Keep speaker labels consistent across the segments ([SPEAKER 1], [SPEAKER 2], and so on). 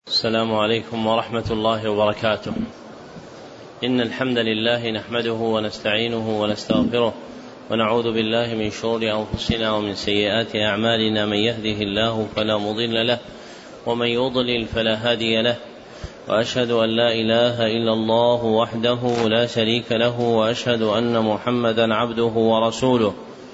[SPEAKER 1] السلام عليكم ورحمة الله وبركاته. إن الحمد لله نحمده ونستعينه ونستغفره ونعوذ بالله من شرور أنفسنا ومن سيئات أعمالنا، من يهده الله فلا مضل له ومن يضلل فلا هادي له، وأشهد أن لا إله إلا الله وحده لا شريك له، وأشهد أن محمدا عبده ورسوله.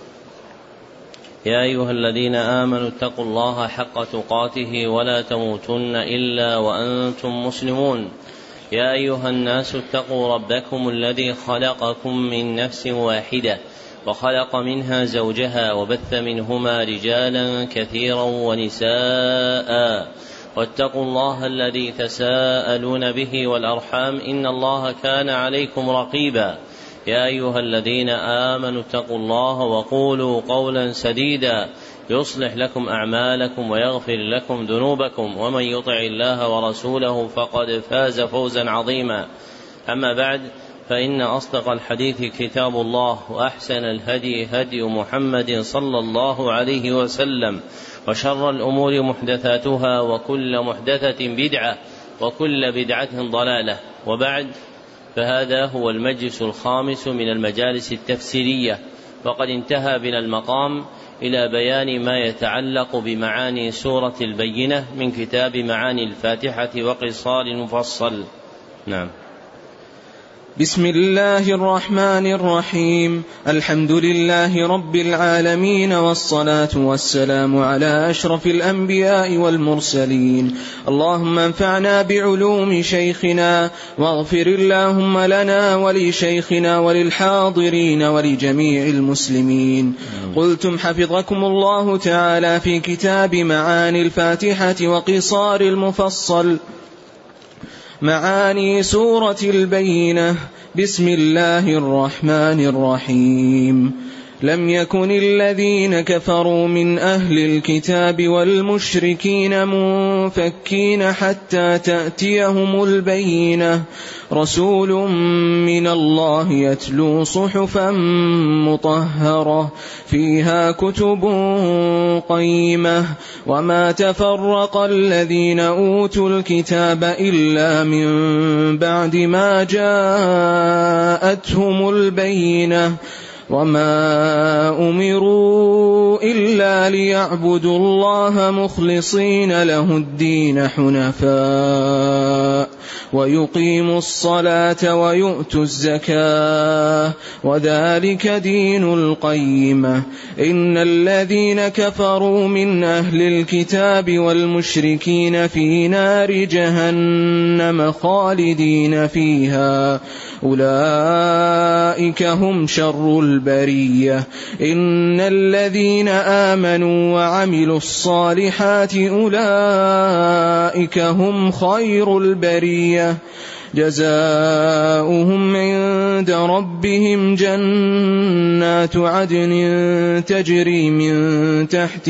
[SPEAKER 1] يا أيها الذين آمنوا اتقوا الله حق تقاته ولا تموتن إلا وأنتم مسلمون. يا أيها الناس اتقوا ربكم الذي خلقكم من نفس واحدة وخلق منها زوجها وبث منهما رجالا كثيرا ونساء، واتقوا الله الذي تساءلون به والأرحام إن الله كان عليكم رقيبا. يا أيها الذين آمنوا اتقوا الله وقولوا قولا سديدا يصلح لكم أعمالكم ويغفر لكم ذنوبكم، ومن يطع الله ورسوله فقد فاز فوزا عظيما. أما بعد، فإن أصدق الحديث كتاب الله، وأحسن الهدي هدي محمد صلى الله عليه وسلم، وشر الأمور محدثاتها، وكل محدثة بدعة، وكل بدعة ضلالة. وبعد، فهذا هو المجلس الخامس من المجالس التفسيرية، وقد انتهى بنا المقام إلى بيان ما يتعلق بمعاني سورة البينة من كتاب معاني الفاتحة وقصار المفصل. نعم.
[SPEAKER 2] بسم الله الرحمن الرحيم. الحمد لله رب العالمين، والصلاة والسلام على أشرف الأنبياء والمرسلين. اللهم انفعنا بعلوم شيخنا، واغفر اللهم لنا ولشيخنا وللحاضرين ولجميع المسلمين. قلتم حفظكم الله تعالى في كتاب معاني الفاتحة وقصار المفصل معاني سورة البينة. بسم الله الرحمن الرحيم. لم يكن الذين كفروا من أهل الكتاب والمشركين منفكين حتى تأتيهم البينة، رسول من الله يتلو صحفا مطهرة فيها كتب قيمة، وما تفرق الذين أوتوا الكتاب إلا من بعد ما جاءتهم البينة، وما أمروا إلا ليعبدوا الله مخلصين له الدين حنفاء، ويقيموا الصلاة ويؤتوا الزكاة، وذلك دين القيمة. إن الذين كفروا من أهل الكتاب والمشركين في نار جهنم خالدين فيها، أولئك هم شر البرية. إن الذين آمنوا وعملوا الصالحات أولئك هم خير البرية، جزاؤهم عند ربهم جنات عدن تجري من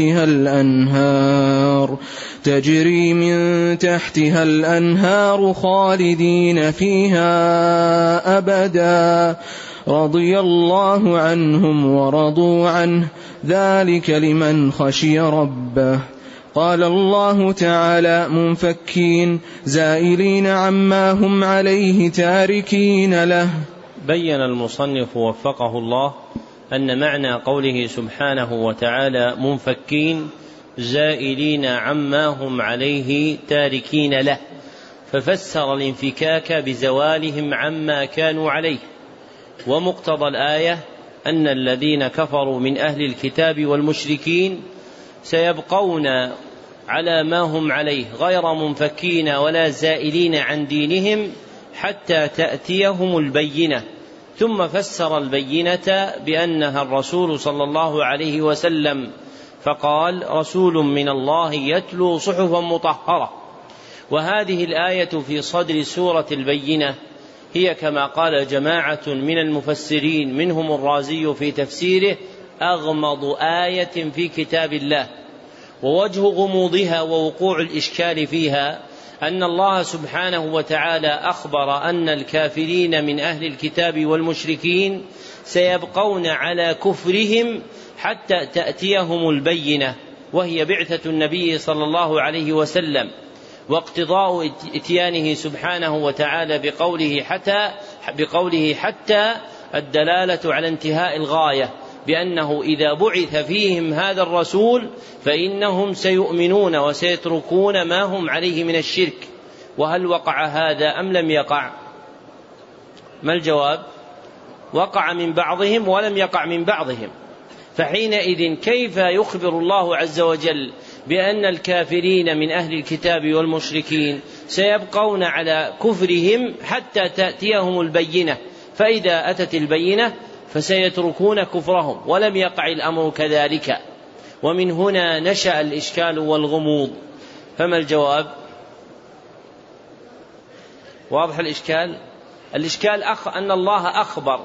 [SPEAKER 2] تحتها الأنهار خالدين فيها أبدا، رضي الله عنهم ورضوا عنه، ذلك لمن خشي ربه. قال الله تعالى: منفكين زائلين عما هم عليه تاركين له.
[SPEAKER 1] بين المصنف وفقه الله أن معنى قوله سبحانه وتعالى منفكين زائلين عما هم عليه تاركين له، ففسر الانفكاك بزوالهم عما كانوا عليه. ومقتضى الآية أن الذين كفروا من أهل الكتاب والمشركين سيبقون على ما هم عليه غير منفكين ولا زائلين عن دينهم حتى تأتيهم البينة. ثم فسر البينة بأنها الرسول صلى الله عليه وسلم، فقال: رسول من الله يتلو صحفا مطهرة. وهذه الآية في صدر سورة البينة هي كما قال جماعة من المفسرين منهم الرازي في تفسيره أغمض آية في كتاب الله. ووجه غموضها ووقوع الإشكال فيها أن الله سبحانه وتعالى أخبر أن الكافرين من أهل الكتاب والمشركين سيبقون على كفرهم حتى تأتيهم البينة، وهي بعثة النبي صلى الله عليه وسلم. واقتضاء إتيانه سبحانه وتعالى بقوله حتى الدلالة على انتهاء الغاية، بأنه إذا بعث فيهم هذا الرسول فإنهم سيؤمنون وسيتركون ما هم عليه من الشرك. وهل وقع هذا أم لم يقع؟ ما الجواب؟ وقع من بعضهم ولم يقع من بعضهم. فحينئذ كيف يخبر الله عز وجل بأن الكافرين من أهل الكتاب والمشركين سيبقون على كفرهم حتى تأتيهم البينة، فإذا أتت البينة فسيتركون كفرهم، ولم يقع الأمر كذلك؟ ومن هنا نشأ الإشكال والغموض. فما الجواب؟ واضح الإشكال؟ الإشكال أن الله أخبر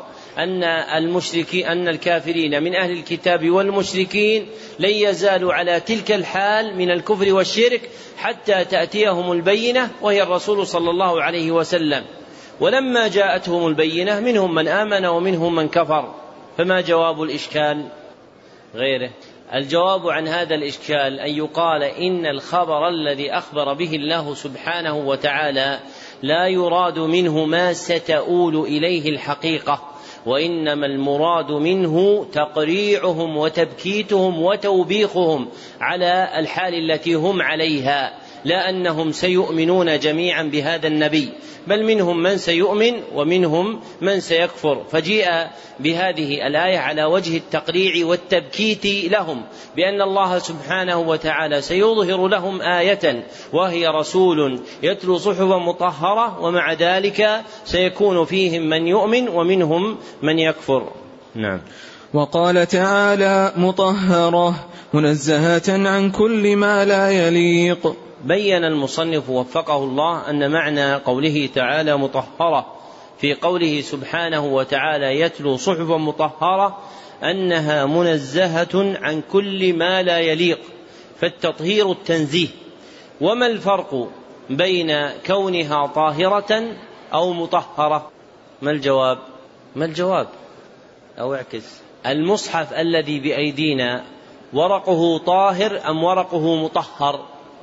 [SPEAKER 1] أن الكافرين من أهل الكتاب والمشركين لن يزالوا على تلك الحال من الكفر والشرك حتى تأتيهم البينة وهي الرسول صلى الله عليه وسلم، ولما جاءتهم البينة منهم من آمن ومنهم من كفر. فما جواب الإشكال غيره؟ الجواب عن هذا الإشكال أن يقال إن الخبر الذي أخبر به الله سبحانه وتعالى لا يراد منه ما ستؤول إليه الحقيقة، وإنما المراد منه تقريعهم وتبكيتهم وتوبيخهم على الحال التي هم عليها، لا أنهم سيؤمنون جميعا بهذا النبي، بل منهم من سيؤمن ومنهم من سيكفر. فجيء بهذه الآية على وجه التقريع والتبكيت لهم، بأن الله سبحانه وتعالى سيظهر لهم آية وهي رسول يتلو صحفا مطهرة، ومع ذلك سيكون فيهم من يؤمن ومنهم من يكفر. نعم.
[SPEAKER 2] وقال تعالى مطهرة منزهة عن كل ما لا يليق.
[SPEAKER 1] بين المصنف وفقه الله أن معنى قوله تعالى مطهرة في قوله سبحانه وتعالى يتلو صحفا مطهرة أنها منزهة عن كل ما لا يليق، فالتطهير التنزيه. وما الفرق بين كونها طاهرة أو مطهرة؟ ما الجواب؟ ما الجواب؟ أو اعكس، المصحف الذي بأيدينا ورقه طاهر أم ورقه مطهر؟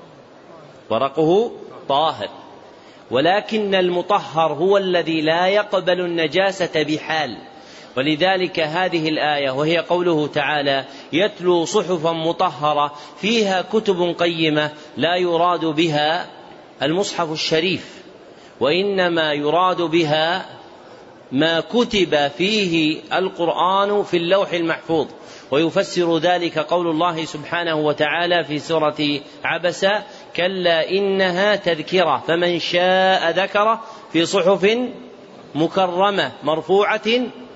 [SPEAKER 1] ورقه طاهر، ولكن المطهر هو الذي لا يقبل النجاسة بحال. ولذلك هذه الآية وهي قوله تعالى يتلو صحفا مطهرة فيها كتب قيمة، لا يراد بها المصحف الشريف، وإنما يراد بها ما كتب فيه القرآن في اللوح المحفوظ. ويفسر ذلك قول الله سبحانه وتعالى في سورة عبس كلا إنها تذكرة فمن شاء ذكره في صحف مكرمة مرفوعة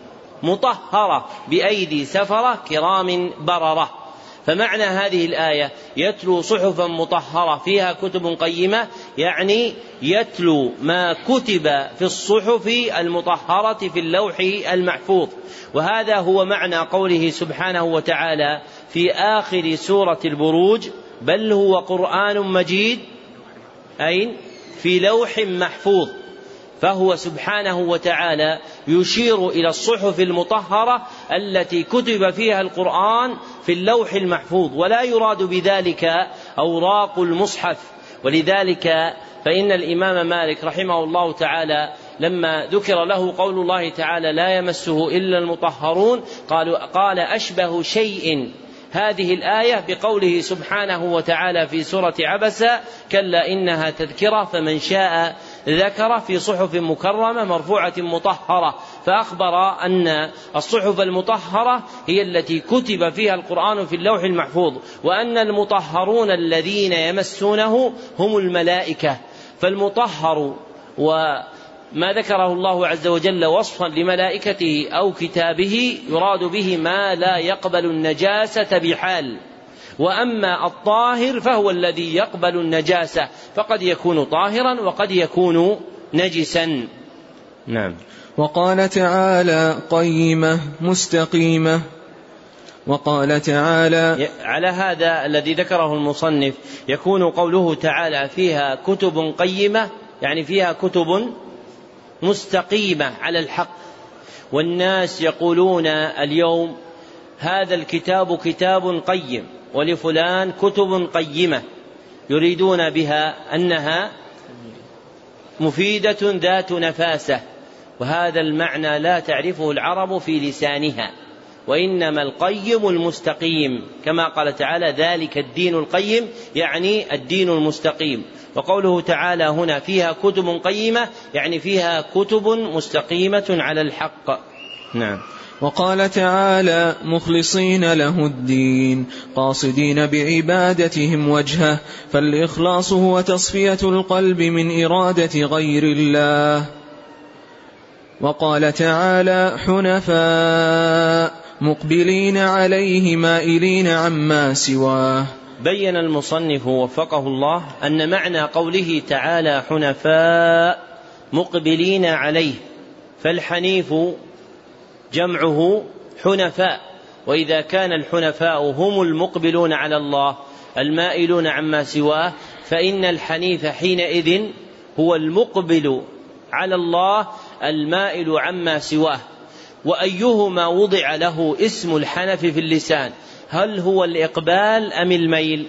[SPEAKER 1] مطهرة بأيدي سفرة كرام بررة. فمعنى هذه الآية يتلو صحفا مطهرة فيها كتب قيمة، يعني يتلو ما كتب في الصحف المطهرة في اللوح المحفوظ. وهذا هو معنى قوله سبحانه وتعالى في آخر سورة البروج بل هو قرآن مجيد أين في لوح محفوظ. فهو سبحانه وتعالى يشير إلى الصحف المطهرة التي كتب فيها القرآن في اللوح المحفوظ، ولا يراد بذلك أوراق المصحف. ولذلك فإن الإمام مالك رحمه الله تعالى لما ذكر له قول الله تعالى لا يمسه إلا المطهرون قال أشبه شيء هذه الآية بقوله سبحانه وتعالى في سورة عبس كلا إنها تذكرة فمن شاء ذكر في صحف مكرمة مرفوعة مطهرة. فأخبر أن الصحف المطهرة هي التي كتب فيها القرآن في اللوح المحفوظ، وأن المطهرون الذين يمسونه هم الملائكة. فالمطهر وما ذكره الله عز وجل وصفا لملائكته أو كتابه يراد به ما لا يقبل النجاسة بحال، وأما الطاهر فهو الذي يقبل النجاسة، فقد يكون طاهرا وقد يكون نجسا. نعم.
[SPEAKER 2] وقال تعالى قيمة مستقيمة. وقال تعالى
[SPEAKER 1] على هذا الذي ذكره المصنف يكون قوله تعالى فيها كتب قيمة يعني فيها كتب مستقيمة على الحق. والناس يقولون اليوم هذا الكتاب كتاب قيم ولفلان كتب قيمة، يريدون بها أنها مفيدة ذات نفاسة، وهذا المعنى لا تعرفه العرب في لسانها، وإنما القيم المستقيم، كما قال تعالى ذلك الدين القيم، يعني الدين المستقيم. وقوله تعالى هنا فيها كتب قيمة، يعني فيها كتب مستقيمة على الحق. نعم.
[SPEAKER 2] وقال تعالى مخلصين له الدين قاصدين بعبادتهم وجهه، فالإخلاص هو تصفية القلب من إرادة غير الله. وقال تعالى حنفاء مقبلين عليه مائلين عما سواه.
[SPEAKER 1] بين المصنف وفقه الله أن معنى قوله تعالى حنفاء مقبلين عليه، فالحنيف جمعه حنفاء، وإذا كان الحنفاء هم المقبلون على الله المائلون عما سواه، فإن الحنيف حينئذ هو المقبل على الله المائل عما سواه. وأيهما وضع له اسم الحنف في اللسان، هل هو الإقبال أم الميل؟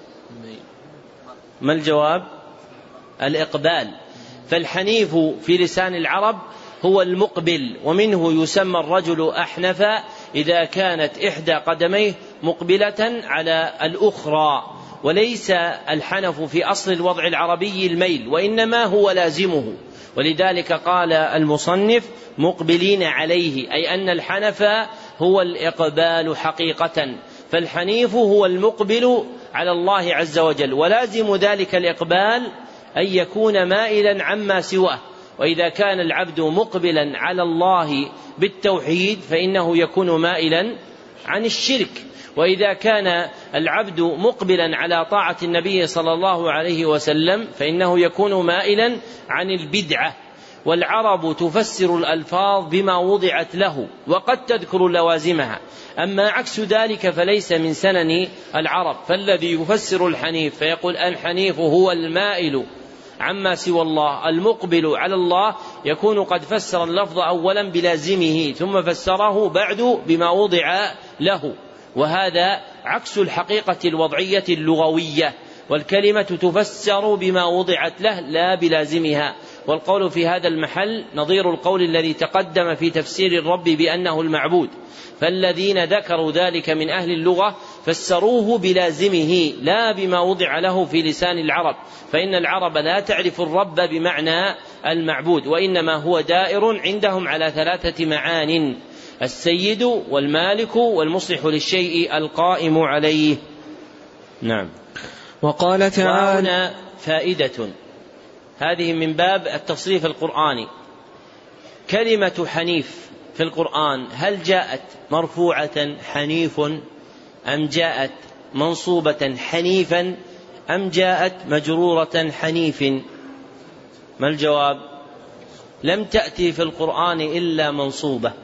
[SPEAKER 1] ما الجواب؟ الإقبال. فالحنيف في لسان العرب هو المقبل، ومنه يسمى الرجل أحنفا إذا كانت إحدى قدميه مقبلة على الأخرى. وليس الحنف في أصل الوضع العربي الميل، وإنما هو لازمه، ولذلك قال المصنف مقبلين عليه، أي أن الحنف هو الإقبال حقيقة، فالحنيف هو المقبل على الله عز وجل، ولازم ذلك الإقبال أن يكون مائلا عما سواه. وإذا كان العبد مقبلا على الله بالتوحيد فإنه يكون مائلا عن الشرك، وإذا كان العبد مقبلا على طاعة النبي صلى الله عليه وسلم فإنه يكون مائلا عن البدعة. والعرب تفسر الألفاظ بما وضعت له وقد تذكر لوازمها، أما عكس ذلك فليس من سنن العرب، فالذي يفسر الحنيف فيقول الحنيف هو المائل عما سوى الله المقبل على الله، يكون قد فسر اللفظ أولا بلازمه ثم فسره بعد بما وضع له، وهذا عكس الحقيقة الوضعية اللغوية، والكلمة تفسر بما وضعت له لا بلازمها. والقول في هذا المحل نظير القول الذي تقدم في تفسير الرب بأنه المعبود، فالذين ذكروا ذلك من أهل اللغة فسروه بلازمه لا بما وضع له في لسان العرب، فإن العرب لا تعرف الرب بمعنى المعبود، وإنما هو دائر عندهم على 3 معان: السيد والمالك والمصلح للشيء القائم عليه. نعم.
[SPEAKER 2] وقال تعالى
[SPEAKER 1] وهنا فائدة، هذه من باب التصريف القرآني. كلمة حنيف في القرآن هل جاءت مرفوعة حنيف أم جاءت منصوبة حنيفا أم جاءت مجرورة حنيف؟ ما الجواب؟ لم تأتي في القرآن إلا منصوبة،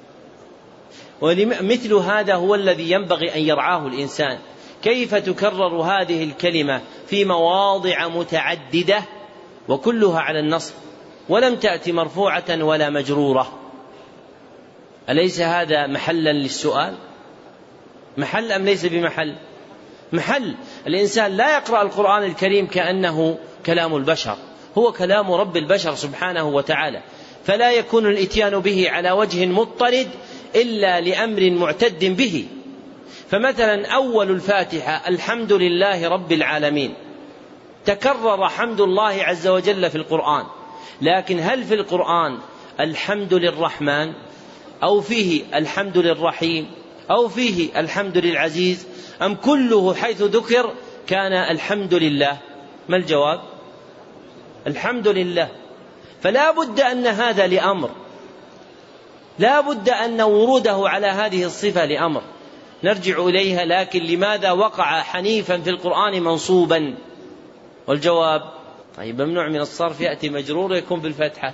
[SPEAKER 1] ومثل هذا هو الذي ينبغي أن يرعاه الإنسان، كيف تكرر هذه الكلمة في مواضع متعددة وكلها على النصب ولم تأتي مرفوعة ولا مجرورة؟ أليس هذا محلا للسؤال؟ محل أم ليس بمحل؟ محل. الإنسان لا يقرأ القرآن الكريم كأنه كلام البشر، هو كلام رب البشر سبحانه وتعالى، فلا يكون الإتيان به على وجه مضطرد إلا لأمر معتد به. فمثلا أول الفاتحة الحمد لله رب العالمين، تكرر حمد الله عز وجل في القرآن، لكن هل في القرآن الحمد للرحمن أو فيه الحمد للرحيم أو فيه الحمد للعزيز، أم كله حيث ذكر كان الحمد لله؟ ما الجواب؟ الحمد لله. فلا بد أن هذا لأمر، لا بد أن وروده على هذه الصفة لأمر نرجع إليها. لكن لماذا وقع حنيفا في القرآن منصوبا؟ والجواب طيب ممنوع من الصرف، يأتي مجرور ويكون بالفتحة،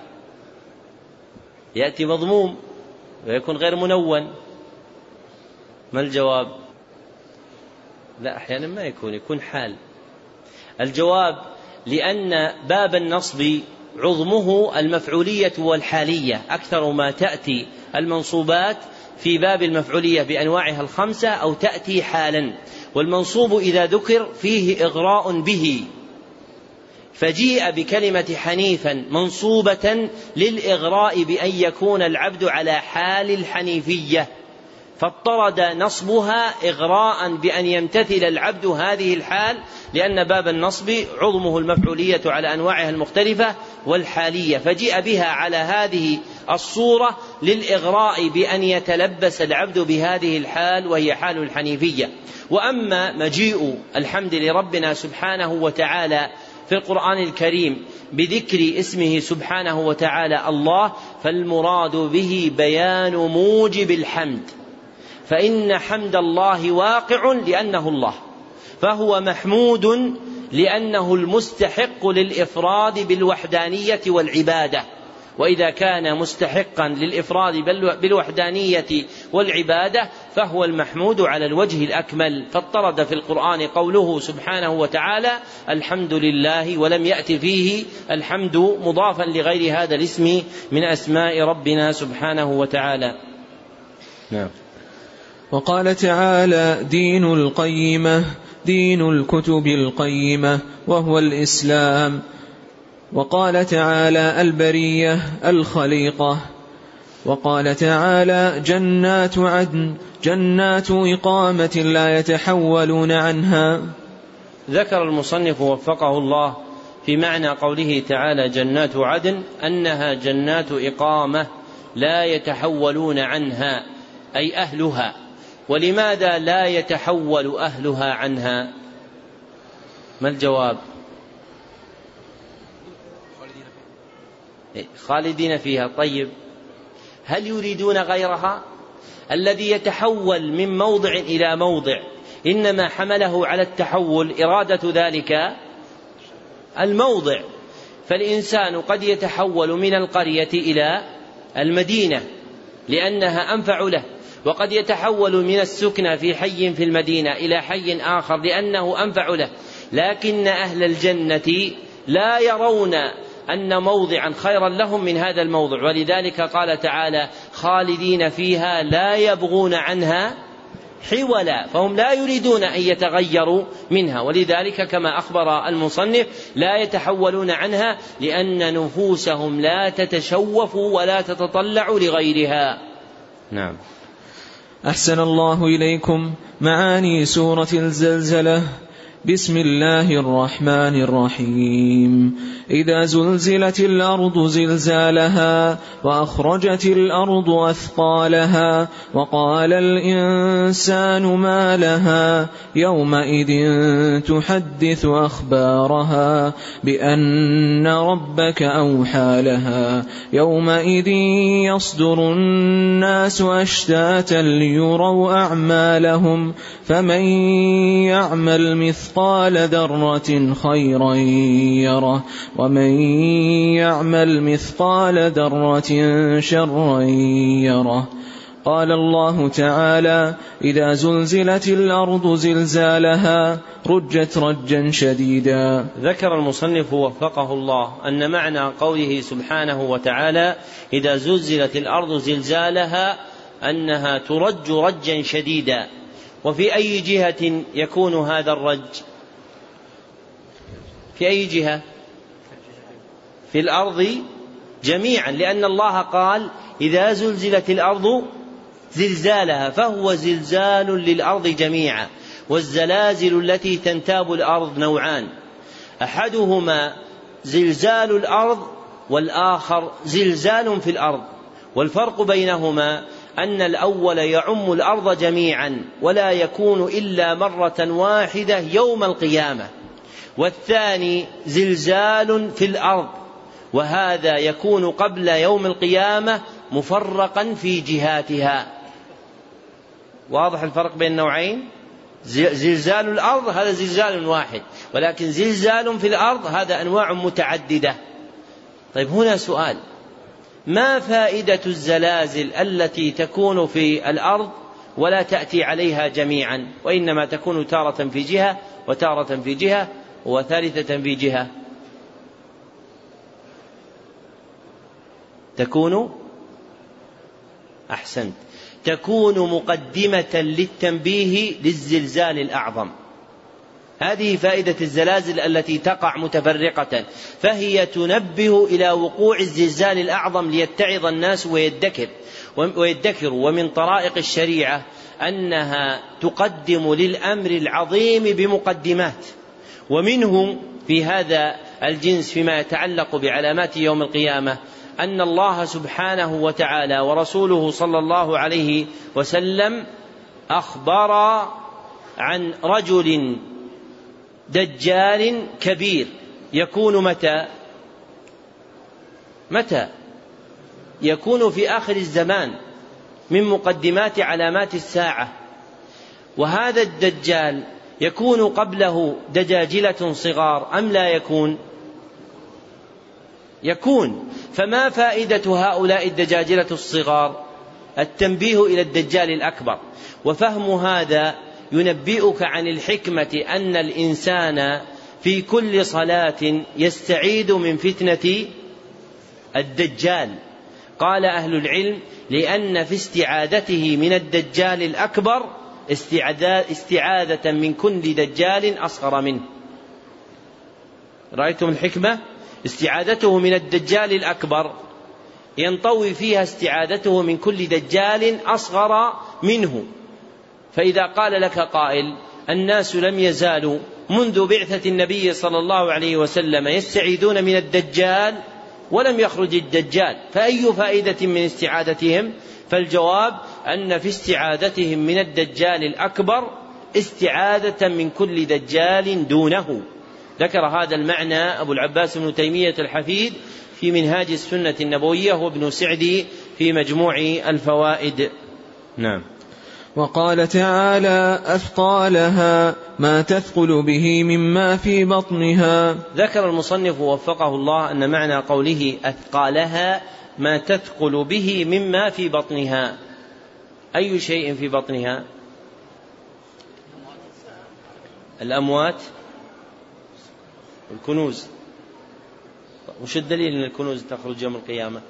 [SPEAKER 1] يأتي مضموم ويكون غير منون. ما الجواب؟ لا، أحيانا ما يكون حال. الجواب لأن باب النصب عظمه المفعولية والحالية، أكثر ما تأتي المنصوبات في باب المفعولية بأنواعها الخمسة أو تأتي حالا. والمنصوب إذا ذكر فيه إغراء به، فجيء بكلمة حنيفا منصوبة للإغراء بأن يكون العبد على حال الحنيفية، فاضطرد نصبها إغراء بأن يمتثل العبد هذه الحال، لأن باب النصب عظمه المفعولية على أنواعها المختلفة والحالية، فجيء بها على هذه الصورة للإغراء بأن يتلبس العبد بهذه الحال وهي حال الحنيفية. وأما مجيء الحمد لربنا سبحانه وتعالى في القرآن الكريم بذكر اسمه سبحانه وتعالى الله، فالمراد به بيان موجب الحمد، فإن حمد الله واقع لأنه الله، فهو محمود لأنه المستحق للإفراد بالوحدانية والعبادة. وإذا كان مستحقا للإفراد بالوحدانية والعبادة فهو المحمود على الوجه الأكمل. فاضطرد في القرآن قوله سبحانه وتعالى الحمد لله، ولم يأت فيه الحمد مضافا لغير هذا الاسم من أسماء ربنا سبحانه وتعالى. نعم.
[SPEAKER 2] وقال تعالى دين القيمة، دين الكتب القيمة وهو الإسلام. وقال تعالى البرية الخليقة. وقال تعالى جنات عدن، جنات إقامة لا يتحولون عنها.
[SPEAKER 1] ذكر المصنف وفقه الله في معنى قوله تعالى جنات عدن أنها جنات إقامة لا يتحولون عنها، أي أهلها. ولماذا لا يتحول أهلها عنها؟ ما الجواب؟ خالدين فيها. طيب، هل يريدون غيرها؟ الذي يتحول من موضع إلى موضع إنما حمله على التحول إرادة ذلك الموضع، فالإنسان قد يتحول من القرية إلى المدينة لأنها أنفع له، وقد يتحول من السكنة في حي في المدينة إلى حي آخر لأنه أنفع له. لكن أهل الجنة لا يرون أن موضعا خيرا لهم من هذا الموضع، ولذلك قال تعالى خالدين فيها لا يبغون عنها حولا، فهم لا يريدون أن يتغيروا منها. ولذلك كما أخبر المصنف لا يتحولون عنها لأن نفوسهم لا تتشوف ولا تتطلع لغيرها. نعم.
[SPEAKER 2] أحسن الله إليكم. معاني سورة الزلزلة. بسم الله الرحمن الرحيم. إذا زلزلت الأرض زلزالها وأخرجت الأرض أثقالها وقال الإنسان ما لها يومئذ تحدث أخبارها بأن ربك أوحى لها يومئذ يصدر الناس أشتاتا ليروا أعمالهم فمن يعمل مثقال ذرة خيرا يره ومن يعمل مثقال ذرة شرا يره. قال الله تعالى إذا زلزلت الأرض زلزالها رجت رجا شديدا.
[SPEAKER 1] ذكر المصنف وفقه الله أن معنى قوله سبحانه وتعالى إذا زلزلت الأرض زلزالها أنها ترج رجا شديدا. وفي أي جهة يكون هذا الرج؟ في أي جهة؟ في الأرض جميعا، لأن الله قال إذا زلزلت الأرض زلزالها، فهو زلزال للأرض جميعا. والزلازل التي تنتاب الأرض نوعان، أحدهما زلزال الأرض والآخر زلزال في الأرض، والفرق بينهما أن الأول يعم الأرض جميعا ولا يكون إلا مرة واحدة يوم القيامة، والثاني زلزال في الأرض وهذا يكون قبل يوم القيامة مفرقا في جهاتها. واضح الفرق بين النوعين؟ زلزال الأرض هذا زلزال واحد، ولكن زلزال في الأرض هذا أنواع متعددة. طيب هنا سؤال، ما فائدة الزلازل التي تكون في الأرض ولا تأتي عليها جميعا، وإنما تكون تارة في جهة وتارة في جهة وثالثة في جهة؟ تكون أحسنت تكون مقدمة للتنبيه للزلزال الأعظم. هذه فائدة الزلازل التي تقع متفرقة، فهي تنبه إلى وقوع الزلزال الأعظم ليتعظ الناس ويدكروا. ومن طرائق الشريعة أنها تقدم للأمر العظيم بمقدمات. ومنه في هذا الجنس فيما يتعلق بعلامات يوم القيامة أن الله سبحانه وتعالى ورسوله صلى الله عليه وسلم أخبر عن رجل دجال كبير يكون متى يكون في آخر الزمان من مقدمات علامات الساعة. وهذا الدجال يكون قبله دجاجلة صغار أم لا يكون. فما فائدة هؤلاء الدجاجلة الصغار؟ التنبيه إلى الدجال الأكبر. وفهم هذا ينبئك عن الحكمة أن الإنسان في كل صلاة يستعيد من فتنة الدجال. قال أهل العلم لأن في استعادته من الدجال الأكبر استعادة من كل دجال أصغر منه. رأيتم الحكمة؟ استعادته من الدجال الأكبر ينطوي فيها استعادته من كل دجال أصغر منه. فإذا قال لك قائل الناس لم يزالوا منذ بعثة النبي صلى الله عليه وسلم يستعيدون من الدجال ولم يخرج الدجال، فأي فائدة من استعادتهم؟ فالجواب أن في استعادتهم من الدجال الأكبر استعادة من كل دجال دونه. ذكر هذا المعنى أبو العباس بن تيمية الحفيد في منهاج السنة النبوية وابن سعدي في مجموع الفوائد. نعم.
[SPEAKER 2] وقال تعالى أثقالها ما تثقل به مما في بطنها.
[SPEAKER 1] ذكر المصنف وفقه الله أن معنى قوله أثقالها ما تثقل به مما في بطنها. أي شيء في بطنها؟ الأموات والكنوز. وش الدليل أن الكنوز تخرج يوم القيامة؟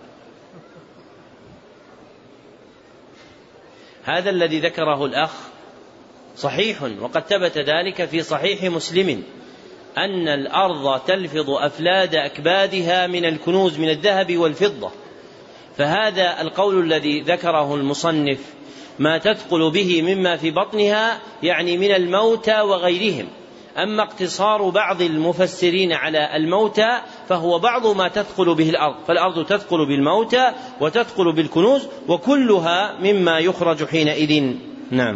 [SPEAKER 1] هذا الذي ذكره الأخ صحيح، وقد ثبت ذلك في صحيح مسلم أن الأرض تلفظ أفلاد أكبادها من الكنوز من الذهب والفضة. فهذا القول الذي ذكره المصنف ما تثقل به مما في بطنها يعني من الموتى وغيرهم. أما اقتصار بعض المفسرين على الموتى فهو بعض ما تثقل به الأرض، فالأرض تثقل بالموتى وتثقل بالكنوز وكلها مما يخرج حينئذ. نعم.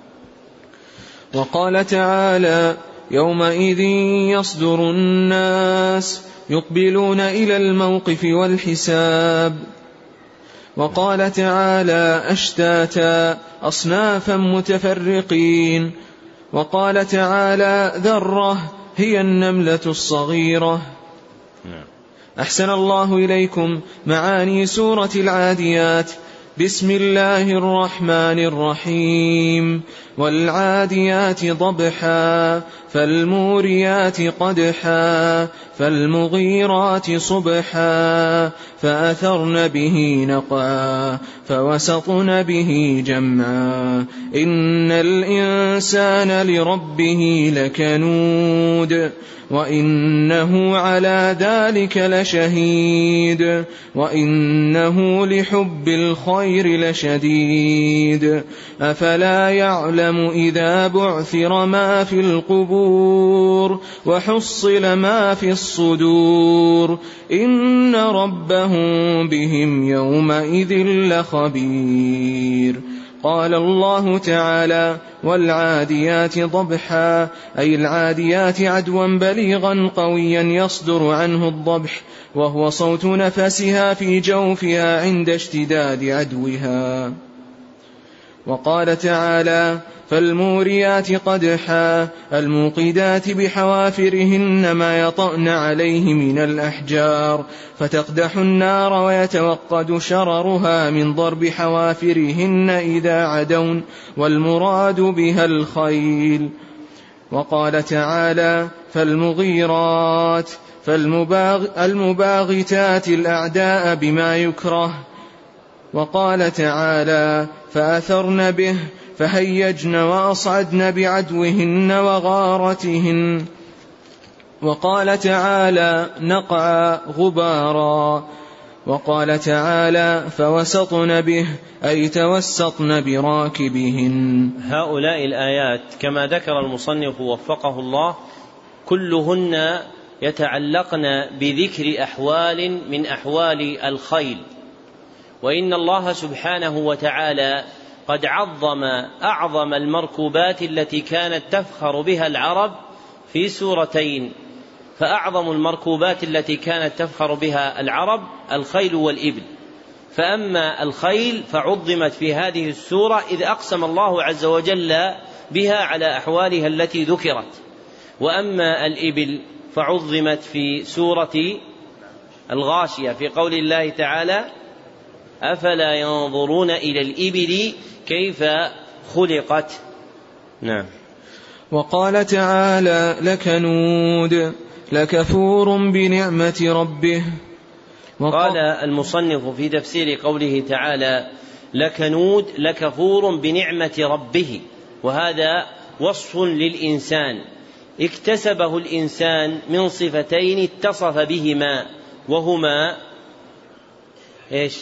[SPEAKER 2] وقال تعالى يومئذ يصدر الناس يقبلون إلى الموقف والحساب. وقال تعالى أشتاتا أصنافا متفرقين. وقال تعالى ذرة هي النملة الصغيرة. أحسن الله إليكم معاني سورة العاديات. بسم الله الرحمن الرحيم. والعاديات ضبحا فالموريات قدحا فالمغيرات صبحا فأثرن به نقعا فوسطن به جمعا إن الإنسان لربه لكنود وإنه على ذلك لشهيد وإنه لحب الخير لشديد أفلا يعلم إذا بعثر ما في القبور وحصل ما في الصدور إن ربهم بهم يومئذ لخبير. قال الله تعالى والعاديات ضبحا أي العاديات عدوا بليغا قويا يصدر عنه الضبح وهو صوت نفسها في جوفها عند اشتداد عدوها. وقال تعالى فالموريات قدحا الموقدات بحوافرهن ما يطأن عليه من الأحجار فتقدح النار ويتوقد شررها من ضرب حوافرهن إذا عدون والمراد بها الخيل. وقال تعالى فالمغيرات المباغتات الأعداء بما يكره وقال تعالى فأثرن به فهيجن وأصعدن بعدوهن وغارتهن. وقال تعالى نقعا غبارا. وقال تعالى فوسطن به أي توسطن براكبهن.
[SPEAKER 1] هؤلاء الآيات كما ذكر المصنف وفقه الله كلهن يتعلقن بذكر أحوال من أحوال الخيل، وإن الله سبحانه وتعالى قد عظم أعظم المركوبات التي كانت تفخر بها العرب في سورتين. فأعظم المركوبات التي كانت تفخر بها العرب الخيل والإبل، فأما الخيل فعظمت في هذه السورة إذ أقسم الله عز وجل بها على أحوالها التي ذكرت، وأما الإبل فعظمت في سورة الغاشية في قول الله تعالى أفلا ينظرون إلى الإبل كيف خلقت. نعم.
[SPEAKER 2] وقال تعالى لكنود لكفور بنعمة ربه.
[SPEAKER 1] قال المصنف في تفسير قوله تعالى لكنود لكفور بنعمة ربه، وهذا وصف للإنسان اكتسبه الإنسان من صفتين اتصف بهما، وهما إيش؟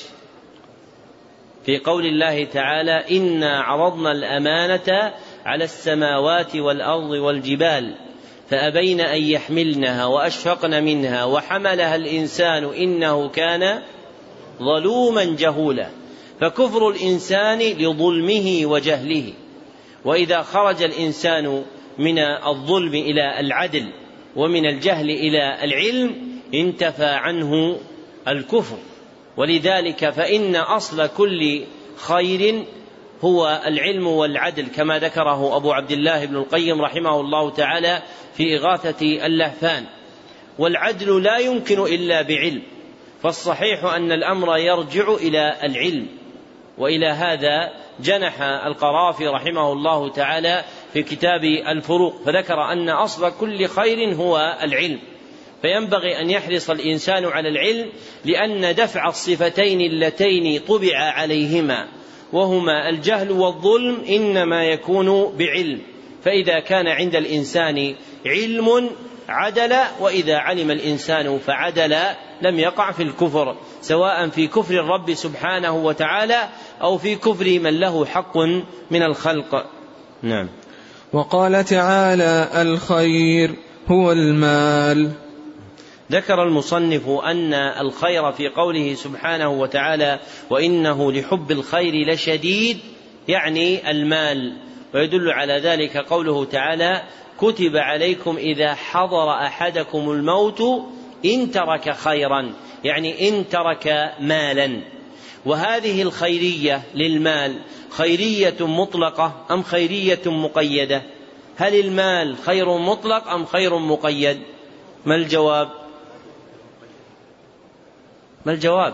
[SPEAKER 1] في قول الله تعالى إنا عرضنا الأمانة على السماوات والأرض والجبال فأبين أن يحملنها وأشفقن منها وحملها الإنسان إنه كان ظلوما جهولا. فكفر الإنسان لظلمه وجهله، وإذا خرج الإنسان من الظلم إلى العدل ومن الجهل إلى العلم انتفى عنه الكفر. ولذلك فإن أصل كل خير هو العلم والعدل كما ذكره أبو عبد الله بن القيم رحمه الله تعالى في إغاثة اللهفان. والعدل لا يمكن إلا بعلم، فالصحيح أن الأمر يرجع إلى العلم، وإلى هذا جنح القرافي رحمه الله تعالى في كتاب الفروق فذكر أن أصل كل خير هو العلم. فينبغي أن يحرص الإنسان على العلم، لأن دفع الصفتين اللتين طبع عليهما وهما الجهل والظلم إنما يكون بعلم. فإذا كان عند الإنسان علم عدل، وإذا علم الإنسان فعدل لم يقع في الكفر، سواء في كفر الرب سبحانه وتعالى أو في كفر من له حق من الخلق. نعم.
[SPEAKER 2] وقال تعالى الخير هو المال.
[SPEAKER 1] ذكر المصنف أن الخير في قوله سبحانه وتعالى وإنه لحب الخير لشديد يعني المال، ويدل على ذلك قوله تعالى كتب عليكم إذا حضر أحدكم الموت إن ترك خيرا، يعني إن ترك مالا. وهذه الخيرية للمال خيرية مطلقة أم خيرية مقيدة؟ هل المال خير مطلق أم خير مقيد؟ ما الجواب؟ ما الجواب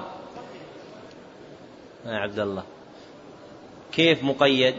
[SPEAKER 1] يا عبد الله؟ كيف مقيد؟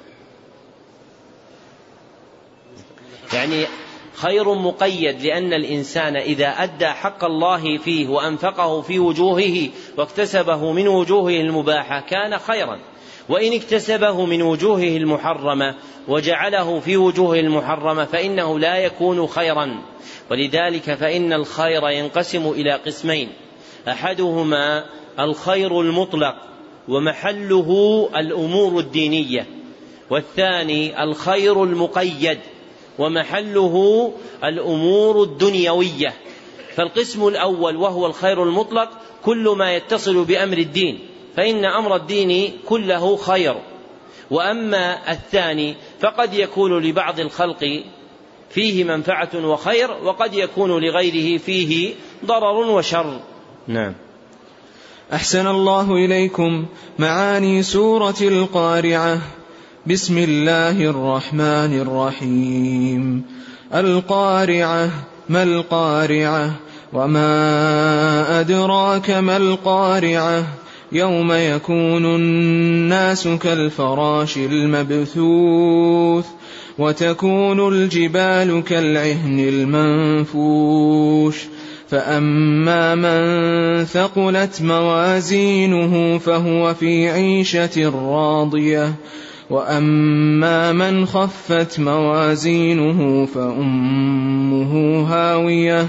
[SPEAKER 1] يعني خير مقيد لأن الإنسان إذا أدى حق الله فيه وأنفقه في وجوهه واكتسبه من وجوهه المباحة كان خيرا، وإن اكتسبه من وجوهه المحرمة وجعله في وجوه المحرمة فإنه لا يكون خيرا. ولذلك فإن الخير ينقسم إلى قسمين: أحدهما الخير المطلق ومحله الأمور الدينية، والثاني الخير المقيد ومحله الأمور الدنيوية. فالقسم الأول وهو الخير المطلق كل ما يتصل بأمر الدين، فإن أمر الدين كله خير. وأما الثاني فقد يكون لبعض الخلق فيه منفعة وخير، وقد يكون لغيره فيه ضرر وشر. نعم.
[SPEAKER 2] أحسن الله إليكم. معاني سورة القارعة. بسم الله الرحمن الرحيم. القارعة. ما القارعة؟ وما أدراك ما القارعة؟ يوم يكون الناس كالفراش المبثوث وتكون الجبال كالعهن المنفوش فأما من ثقلت موازينه فهو في عيشة راضية وأما من خفت موازينه فأمه هاوية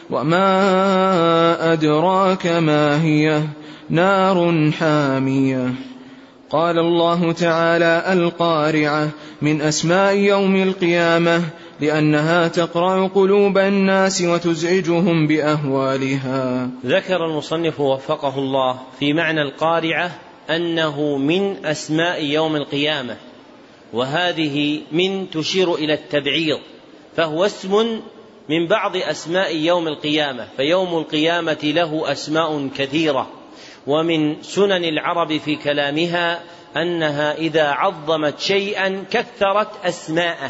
[SPEAKER 2] وما أدراك ما هي نار حامية. قال الله تعالى: القارعة من أسماء يوم القيامة لأنها تقرع قلوب الناس وتزعجهم بأهوالها.
[SPEAKER 1] ذكر المصنف وفقه الله في معنى القارعة أنه من أسماء يوم القيامة، وهذه من تشير إلى التبعيض، فهو اسم من بعض أسماء يوم القيامة، فيوم القيامة له أسماء كثيرة. ومن سنن العرب في كلامها أنها إذا عظمت شيئا كثرت أسماءه.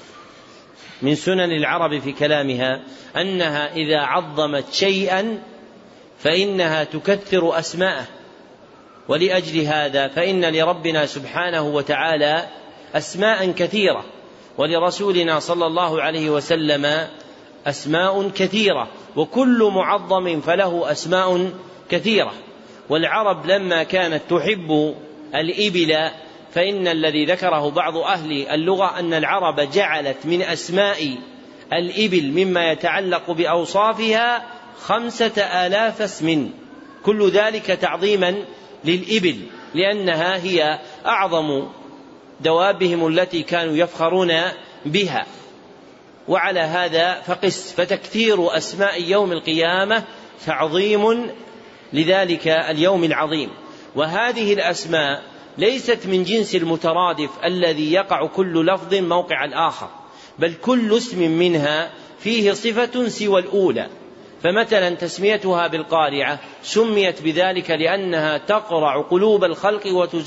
[SPEAKER 1] من سنن العرب في كلامها أنها إذا عظمت شيئا فإنها تكثر أسماءه. ولأجل هذا فإن لربنا سبحانه وتعالى أسماء كثيرة، ولرسولنا صلى الله عليه وسلم أسماء كثيرة، وكل معظم فله أسماء كثيرة. والعرب لما كانت تحب الإبل، فإن الذي ذكره بعض أهل اللغة أن العرب جعلت من أسماء الإبل مما يتعلق بأوصافها 5000 اسم، كل ذلك تعظيما للإبل، لأنها هي أعظم دوابهم التي كانوا يفخرون بها. وعلى هذا فقس، فتكثير أسماء يوم القيامة تعظيم لذلك اليوم العظيم. وهذه الأسماء ليست من جنس المترادف الذي يقع كل لفظ موقع الآخر، بل كل اسم منها فيه صفة سوى الأولى. فمثلا تسميتها بالقارعة سميت بذلك لأنها تقرع قلوب الخلق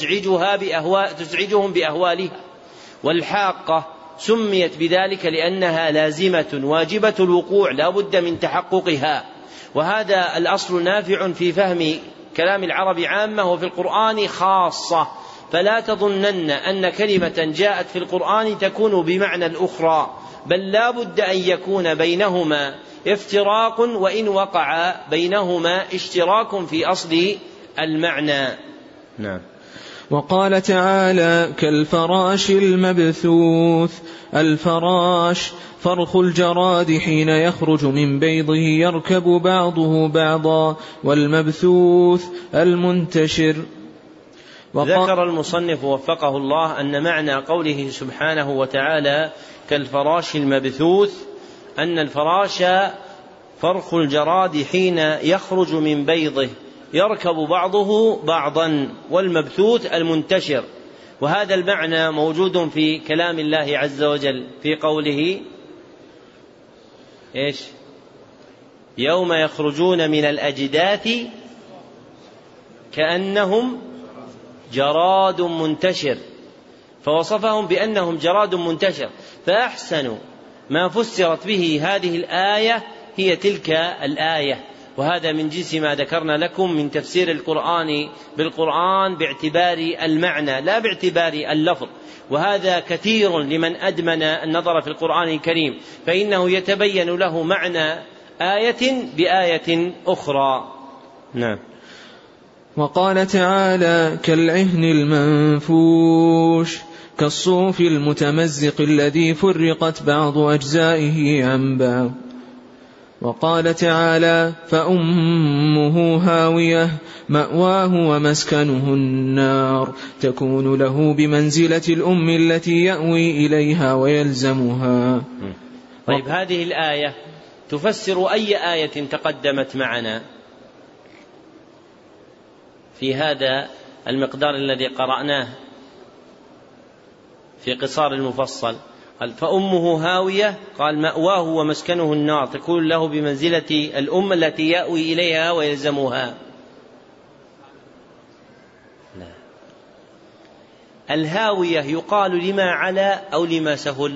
[SPEAKER 1] وتزعجهم بأهوالها. والحاقة سميت بذلك لأنها لازمة واجبة الوقوع لا بد من تحققها. وهذا الأصل نافع في فهم كلام العرب عامة وفي القرآن خاصة، فلا تظنن أن كلمة جاءت في القرآن تكون بمعنى الأخرى، بل لا بد أن يكون بينهما افتراق، وإن وقع بينهما اشتراك في أصل المعنى. نعم.
[SPEAKER 2] وقال تعالى: كالفراش المبثوث. الفراش فرخ الجراد حين يخرج من بيضه يركب بعضه بعضا، والمبثوث المنتشر.
[SPEAKER 1] ذكر المصنف وفقه الله أن معنى قوله سبحانه وتعالى كالفراش المبثوث أن الفراش فرخ الجراد حين يخرج من بيضه يركب بعضه بعضا، والمبثوث المنتشر. وهذا المعنى موجود في كلام الله عز وجل في قوله إيش؟ يوم يخرجون من الأجداث كأنهم جراد منتشر، فوصفهم بأنهم جراد منتشر. فأحسن ما فسرت به هذه الآية هي تلك الآية، وهذا من جنس ما ذكرنا لكم من تفسير القرآن بالقرآن باعتبار المعنى لا باعتبار اللفظ. وهذا كثير لمن أدمن النظر في القرآن الكريم، فإنه يتبين له معنى آية بآية أخرى. نعم.
[SPEAKER 2] وقال تعالى: كالعهن المنفوش، كالصوف المتمزق الذي فرقت بعض أجزائه عن بعض. وقال تعالى: فأمه هاوية مأواه ومسكنه النار، تكون له بمنزلة الأم التي يأوي إليها ويلزمها.
[SPEAKER 1] طيب، هذه الآية تفسر أي آية تقدمت معنا في هذا المقدار الذي قرأناه في قصار المفصل؟ قال فأمه هاوية، قال مأواه ومسكنه النار، تكون له بمنزلة الأم التي يأوي إليها ويلزمها. لا. الهاوية يقال لما على أو لما سفل؟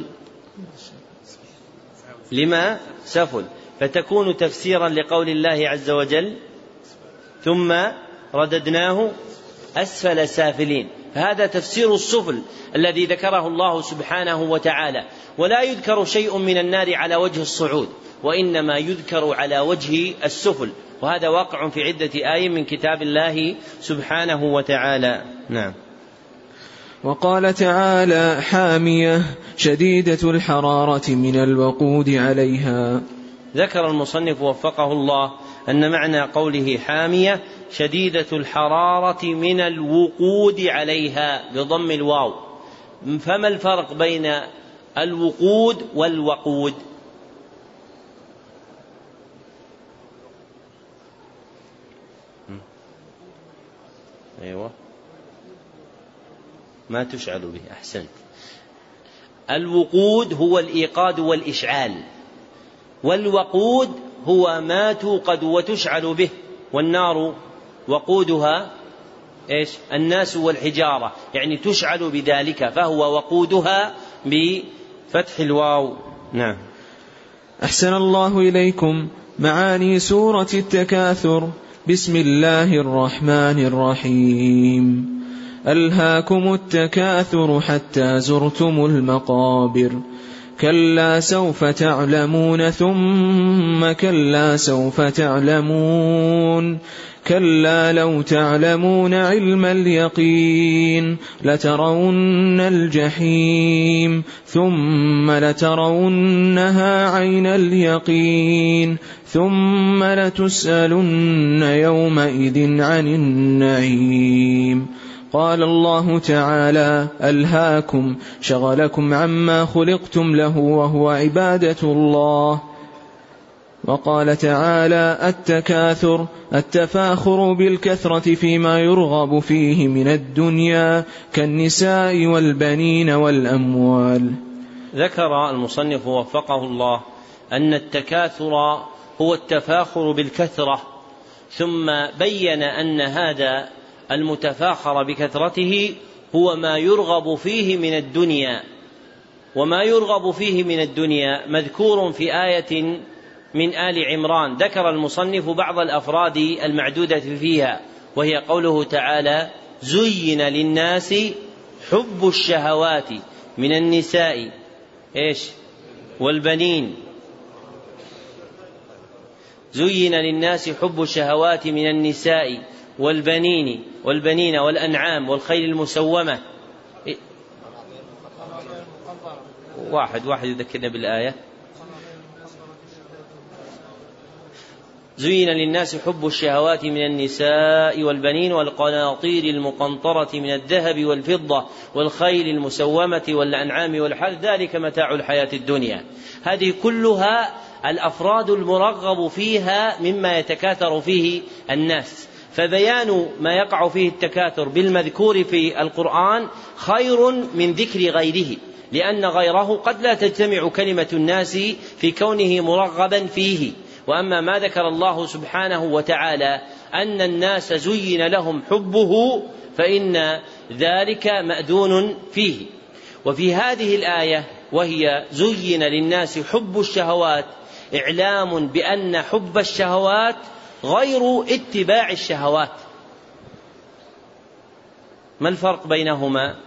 [SPEAKER 1] لما سفل، فتكون تفسيرا لقول الله عز وجل ثم رددناه أسفل سافلين. فهذا تفسير السفل الذي ذكره الله سبحانه وتعالى. ولا يذكر شيء من النار على وجه الصعود، وإنما يذكر على وجه السفل، وهذا واقع في عدة آيات من كتاب الله سبحانه وتعالى. نعم.
[SPEAKER 2] وقال تعالى: حامية شديدة الحرارة من الوقود عليها.
[SPEAKER 1] ذكر المصنف وفقه الله أن معنى قوله حامية شديدة الحرارة من الوقود عليها بضم الواو. فما الفرق بين الوقود والوقود؟ أيوة، ما تشعل به. أحسنت. الوقود هو الإيقاد والإشعال، والوقود هو ما توقد وتشعل به، والنار وقودها إيش؟ الناس والحجارة، يعني تشعل بذلك، فهو وقودها بفتح الواو. نعم.
[SPEAKER 2] أحسن الله إليكم. معاني سورة التكاثر. بسم الله الرحمن الرحيم. ألهاكم التكاثر حتى زرتم المقابر. كلا سوف تعلمون ثم كلا سوف تعلمون. كلا لو تعلمون علم اليقين لترون الجحيم ثم لترونها عين اليقين ثم لتسألن يومئذ عن النعيم. قال الله تعالى: ألهاكم شغلكم عما خلقتم له وهو عبادة الله. وقال تعالى: التكاثر التفاخر بالكثرة فيما يرغب فيه من الدنيا كالنساء والبنين والأموال.
[SPEAKER 1] ذكر المصنف وفقه الله أن التكاثر هو التفاخر بالكثرة، ثم بين أن هذا المتفاخر بكثرته هو ما يرغب فيه من الدنيا، وما يرغب فيه من الدنيا مذكور في آية من آل عمران. ذكر المصنف بعض الأفراد المعدودة فيها، وهي قوله تعالى: زين للناس حب الشهوات من النساء والبنين. زين للناس حب الشهوات من النساء والبنين والأنعام والخيل المسومة. واحد يذكرنا بالآية. زين للناس حب الشهوات من النساء والبنين والقناطير المقنطرة من الذهب والفضة والخيل المسومة والأنعام والحرث ذلك متاع الحياة الدنيا. هذه كلها الأفراد المرغب فيها مما يتكاثر فيه الناس، فبيان ما يقع فيه التكاثر بالمذكور في القرآن خير من ذكر غيره، لأن غيره قد لا تجتمع كلمة الناس في كونه مرغبا فيه. وأما ما ذكر الله سبحانه وتعالى أن الناس زين لهم حبه فإن ذلك مأذون فيه. وفي هذه الآية وهي زين للناس حب الشهوات إعلام بأن حب الشهوات غير اتباع الشهوات. ما الفرق بينهما؟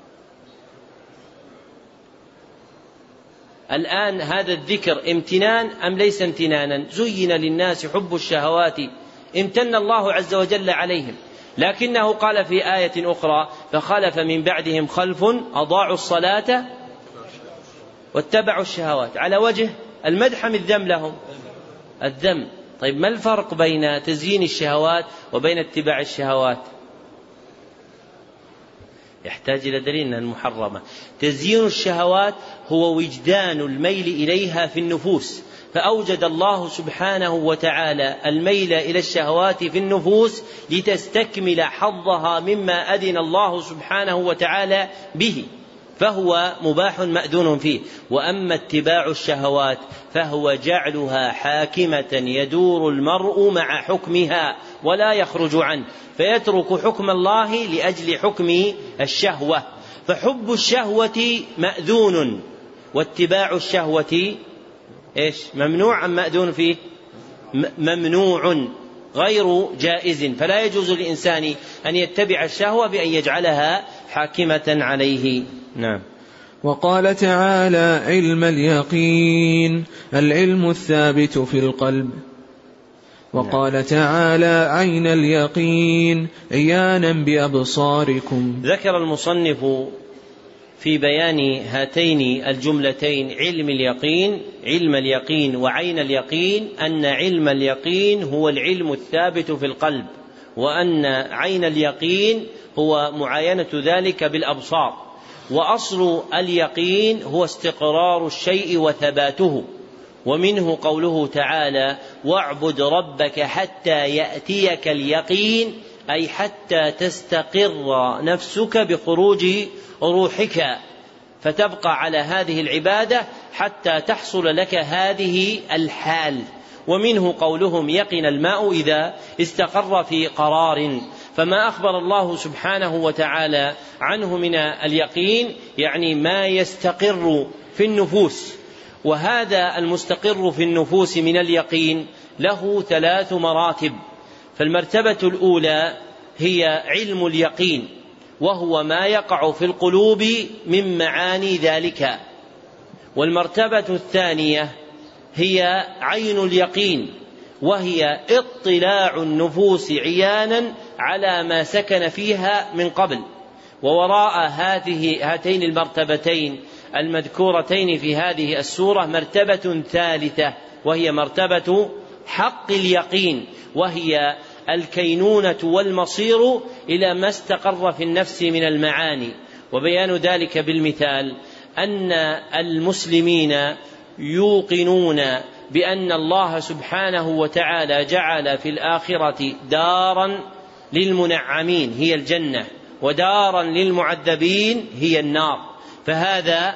[SPEAKER 1] الآن هذا الذكر امتنان أم ليس امتنانا؟ زين للناس حب الشهوات، امتن الله عز وجل عليهم، لكنه قال في آية أخرى: فخلف من بعدهم خلف أضاعوا الصلاة واتبعوا الشهوات، على وجه المدح من الذم لهم الذم. طيب ما الفرق بين تزيين الشهوات وبين اتباع الشهوات؟ يحتاج إلى دليل المحرمة. تزيين الشهوات هو وجدان الميل إليها في النفوس، فأوجد الله سبحانه وتعالى الميل إلى الشهوات في النفوس لتستكمل حظها مما أذن الله سبحانه وتعالى به، فهو مباح مأذون فيه. وأما اتباع الشهوات فهو جعلها حاكمة يدور المرء مع حكمها ولا يخرج عنه، فيترك حكم الله لأجل حكم الشهوة. فحب الشهوة مأذون، واتباع الشهوة ممنوع أم مأذون فيه؟ ممنوع غير جائز. فلا يجوز للإنسان أن يتبع الشهوة بأن يجعلها حاكمة عليه. نعم.
[SPEAKER 2] وقال تعالى علم اليقين العلم الثابت في القلب. وقال تعالى عين اليقين عيانا بأبصاركم.
[SPEAKER 1] ذكر المصنف في بيان هاتين الجملتين علم اليقين وعين اليقين أن علم اليقين هو العلم الثابت في القلب، وأن عين اليقين هو معاينة ذلك بالأبصار. وأصل اليقين هو استقرار الشيء وثباته، ومنه قوله تعالى واعبد ربك حتى يأتيك اليقين، أي حتى تستقر نفسك بخروج روحك فتبقى على هذه العبادة حتى تحصل لك هذه الحال. ومنه قولهم يقن الماء إذا استقر في قرار، فما أخبر الله سبحانه وتعالى عنه من اليقين يعني ما يستقر في النفوس. وهذا المستقر في النفوس من اليقين له 3 مراتب. فالمرتبة الأولى هي علم اليقين، وهو ما يقع في القلوب من معاني ذلك. والمرتبة الثانية هي عين اليقين، وهي اطلاع النفوس عيانا على ما سكن فيها من قبل. ووراء هاتين المرتبتين المذكورتين في هذه السورة مرتبة ثالثة، وهي مرتبة حق اليقين، وهي الكينونة والمصير إلى ما استقر في النفس من المعاني. وبيان ذلك بالمثال أن المسلمين يوقنون بأن الله سبحانه وتعالى جعل في الآخرة دارا للمنعمين هي الجنة، ودارا للمعذبين هي النار. فهذا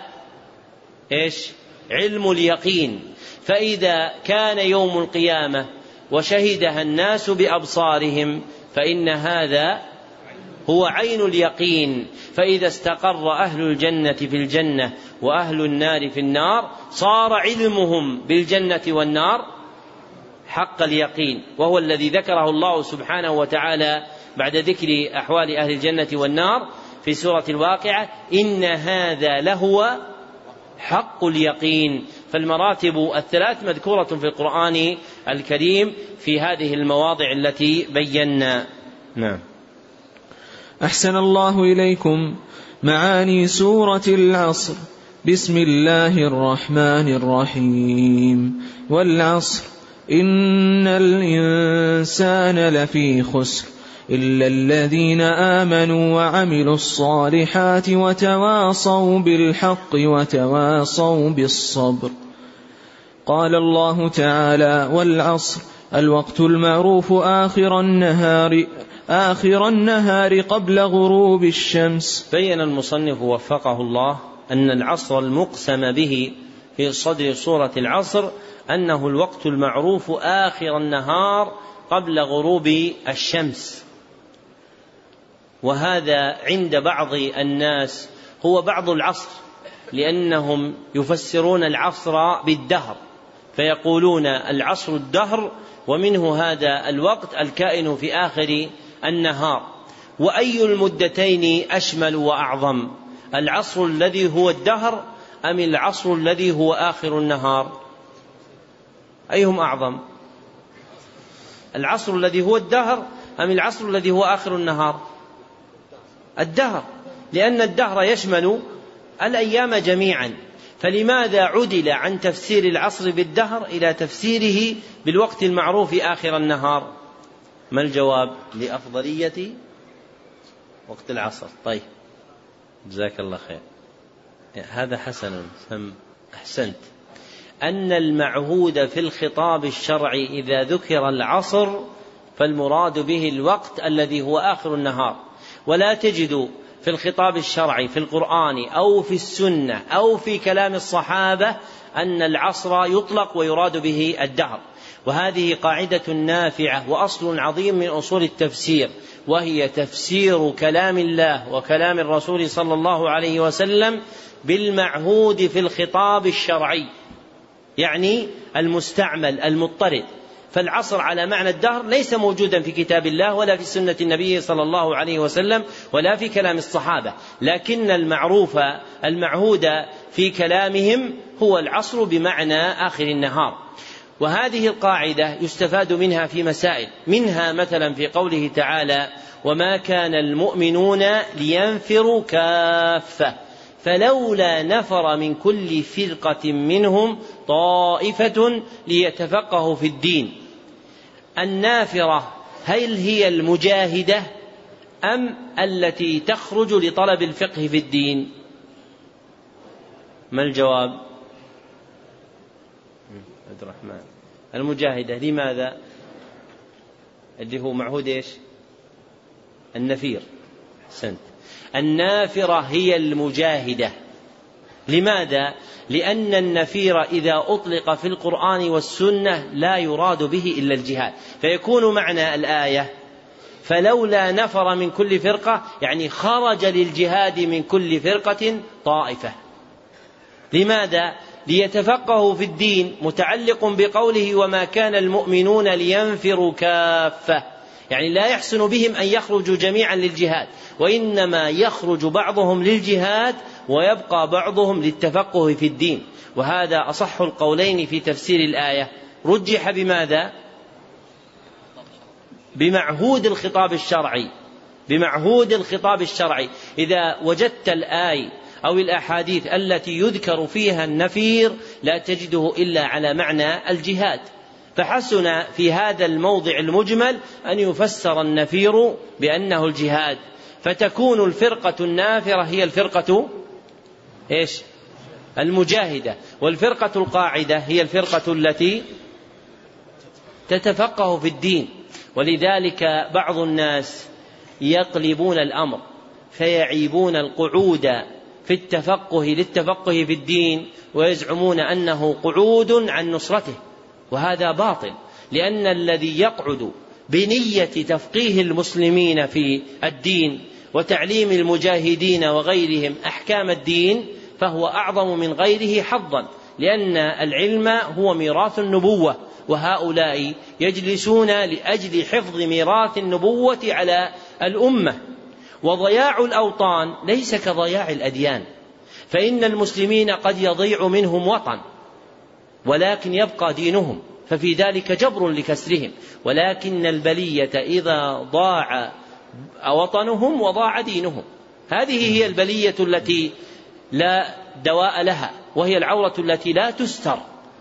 [SPEAKER 1] علم اليقين. فإذا كان يوم القيامة وشهدها الناس بأبصارهم فإن هذا هو عين اليقين. فإذا استقر أهل الجنة في الجنة وأهل النار في النار صار علمهم بالجنة والنار حق اليقين، وهو الذي ذكره الله سبحانه وتعالى بعد ذكر أحوال أهل الجنة والنار في سورة الواقعة إن هذا لهو حق اليقين. فالمراتب 3 مذكورة في القرآن الكريم في هذه المواضع التي بينا. نعم.
[SPEAKER 2] أحسن الله إليكم. معاني سورة العصر. بسم الله الرحمن الرحيم. والعصر إن الإنسان لفي خسر إلا الذين آمنوا وعملوا الصالحات وتواصوا بالحق وتواصوا بالصبر. قال الله تعالى والعصر الوقت المعروف آخر النهار قبل غروب الشمس.
[SPEAKER 1] بين المصنف وفقه الله أن العصر المقسم به في صدر سورة العصر أنه الوقت المعروف آخر النهار قبل غروب الشمس. وهذا عند بعض الناس هو بعض العصر، لأنهم يفسرون العصر بالدهر فيقولون العصر الدهر، ومنه هذا الوقت الكائن في آخر النهار. وأي المدتين أشمل وأعظم، العصر الذي هو الدهر أم العصر الذي هو آخر النهار؟ أيهم أعظم، العصر الذي هو الدهر أم العصر الذي هو آخر النهار؟ الدهر، لأن الدهر يشمل الأيام جميعا. فلماذا عدل عن تفسير العصر بالدهر إلى تفسيره بالوقت المعروف آخر النهار؟ ما الجواب؟ لأفضلية وقت العصر. طيب جزاك الله خير، هذا حسن، أحسنت. أن المعهود في الخطاب الشرعي إذا ذكر العصر فالمراد به الوقت الذي هو آخر النهار، ولا تجد في الخطاب الشرعي في القرآن أو في السنة أو في كلام الصحابة أن العصر يطلق ويراد به الدهر. وهذه قاعدة نافعة وأصل عظيم من أصول التفسير، وهي تفسير كلام الله وكلام الرسول صلى الله عليه وسلم بالمعهود في الخطاب الشرعي، يعني المستعمل المضطرد. فالعصر على معنى الدهر ليس موجودا في كتاب الله ولا في سنة النبي صلى الله عليه وسلم ولا في كلام الصحابة، لكن المعروف المعهود في كلامهم هو العصر بمعنى آخر النهار. وهذه القاعدة يستفاد منها في مسائل، منها مثلا في قوله تعالى: وما كان المؤمنون لينفروا كافة فلولا نفر من كل فرقة منهم طائفة ليتفقهوا في الدين. النافرة هل هي المجاهدة أم التي تخرج لطلب الفقه في الدين؟ ما الجواب؟ عبد الرحمن، المجاهدة. لماذا؟ اللي هو معهود إيش؟ النفير. أحسنت. النافرة هي المجاهدة. لماذا؟ لأن النفير إذا أطلق في القرآن والسنة لا يراد به إلا الجهاد، فيكون معنى الآية فلولا نفر من كل فرقة يعني خرج للجهاد من كل فرقة طائفة. لماذا؟ ليتفقهوا في الدين، متعلق بقوله وما كان المؤمنون لينفروا كافة، يعني لا يحسن بهم أن يخرجوا جميعا للجهاد، وإنما يخرج بعضهم للجهاد ويبقى بعضهم للتفقه في الدين. وهذا أصح القولين في تفسير الآية. رجح بماذا؟ بمعهود الخطاب الشرعي. بمعهود الخطاب الشرعي. إذا وجدت الآية أو الأحاديث التي يذكر فيها النفير لا تجده إلا على معنى الجهاد، فحسن في هذا الموضع المجمل أن يفسر النفير بأنه الجهاد، فتكون الفرقة النافرة هي الفرقة إيش؟ المجاهدة، والفرقة القاعدة هي الفرقة التي تتفقه في الدين. ولذلك بعض الناس يقلبون الأمر فيعيبون القعود في التفقه للتفقه في الدين ويزعمون أنه قعود عن نصرته، وهذا باطل، لأن الذي يقعد بنية تفقيه المسلمين في الدين وتعليم المجاهدين وغيرهم أحكام الدين فهو أعظم من غيره حظا، لأن العلم هو ميراث النبوة، وهؤلاء يجلسون لأجل حفظ ميراث النبوة على الأمة. وضياع الأوطان ليس كضياع الأديان، فإن المسلمين قد يضيع منهم وطن ولكن يبقى دينهم، ففي ذلك جبر لكسرهم، ولكن البلية إذا ضاع وطنهم وضاع دينهم. هذه هي البلية التي لا دواء لها، وهي العورة التي لا تستر.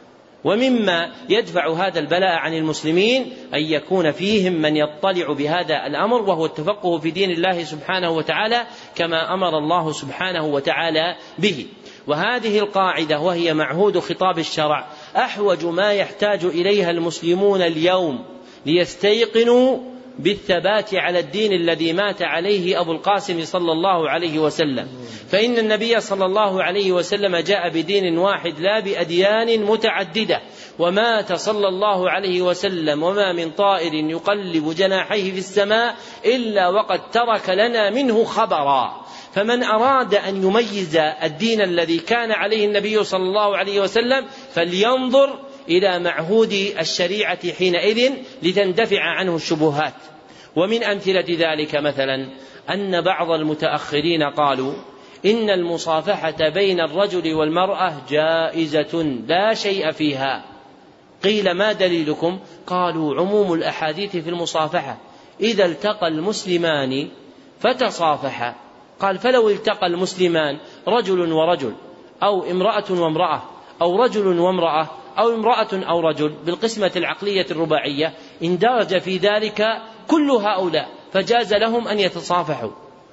[SPEAKER 1] ومما يدفع هذا البلاء عن المسلمين أن يكون فيهم من يطلع بهذا الأمر، وهو التفقه في دين الله سبحانه وتعالى كما أمر الله سبحانه وتعالى به. وهذه القاعدة وهي معهود خطاب الشرع أحوج ما يحتاج إليها المسلمون اليوم ليستيقنوا بالثبات على الدين الذي مات عليه أبو القاسم صلى الله عليه وسلم. فإن النبي صلى الله عليه وسلم جاء بدين واحد لا بأديان متعددة، ومات صلى الله عليه وسلم وما من طائر يقلب جناحيه في السماء إلا وقد ترك لنا منه خبرا. فمن أراد أن يميز الدين الذي كان عليه النبي صلى الله عليه وسلم فلينظر إلى معهود الشريعة حينئذ لتندفع عنه الشبهات. ومن أمثلة ذلك مثلا أن بعض المتأخرين قالوا إن المصافحة بين الرجل والمرأة جائزة لا شيء فيها. قيل ما دليلكم؟ قالوا عموم الأحاديث في المصافحة، إذا التقى المسلمان فتصافحا. قال فلو التقى المسلمان رجل ورجل أو امرأة وامرأة أو رجل وامرأة أو امرأة أو رجل بالقسمة العقلية الرباعية اندرج في ذلك كل هؤلاء فجاز لهم أن يتصافحوا.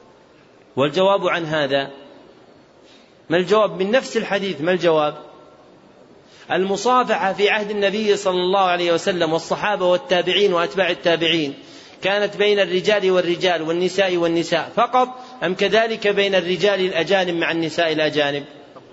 [SPEAKER 1] والجواب عن هذا ما الجواب؟ من نفس الحديث ما الجواب؟ المصافحة في عهد النبي صلى الله عليه وسلم والصحابة والتابعين وأتباع التابعين كانت بين الرجال والرجال والنساء والنساء فقط، أم كذلك بين الرجال الأجانب مع النساء الأجانب؟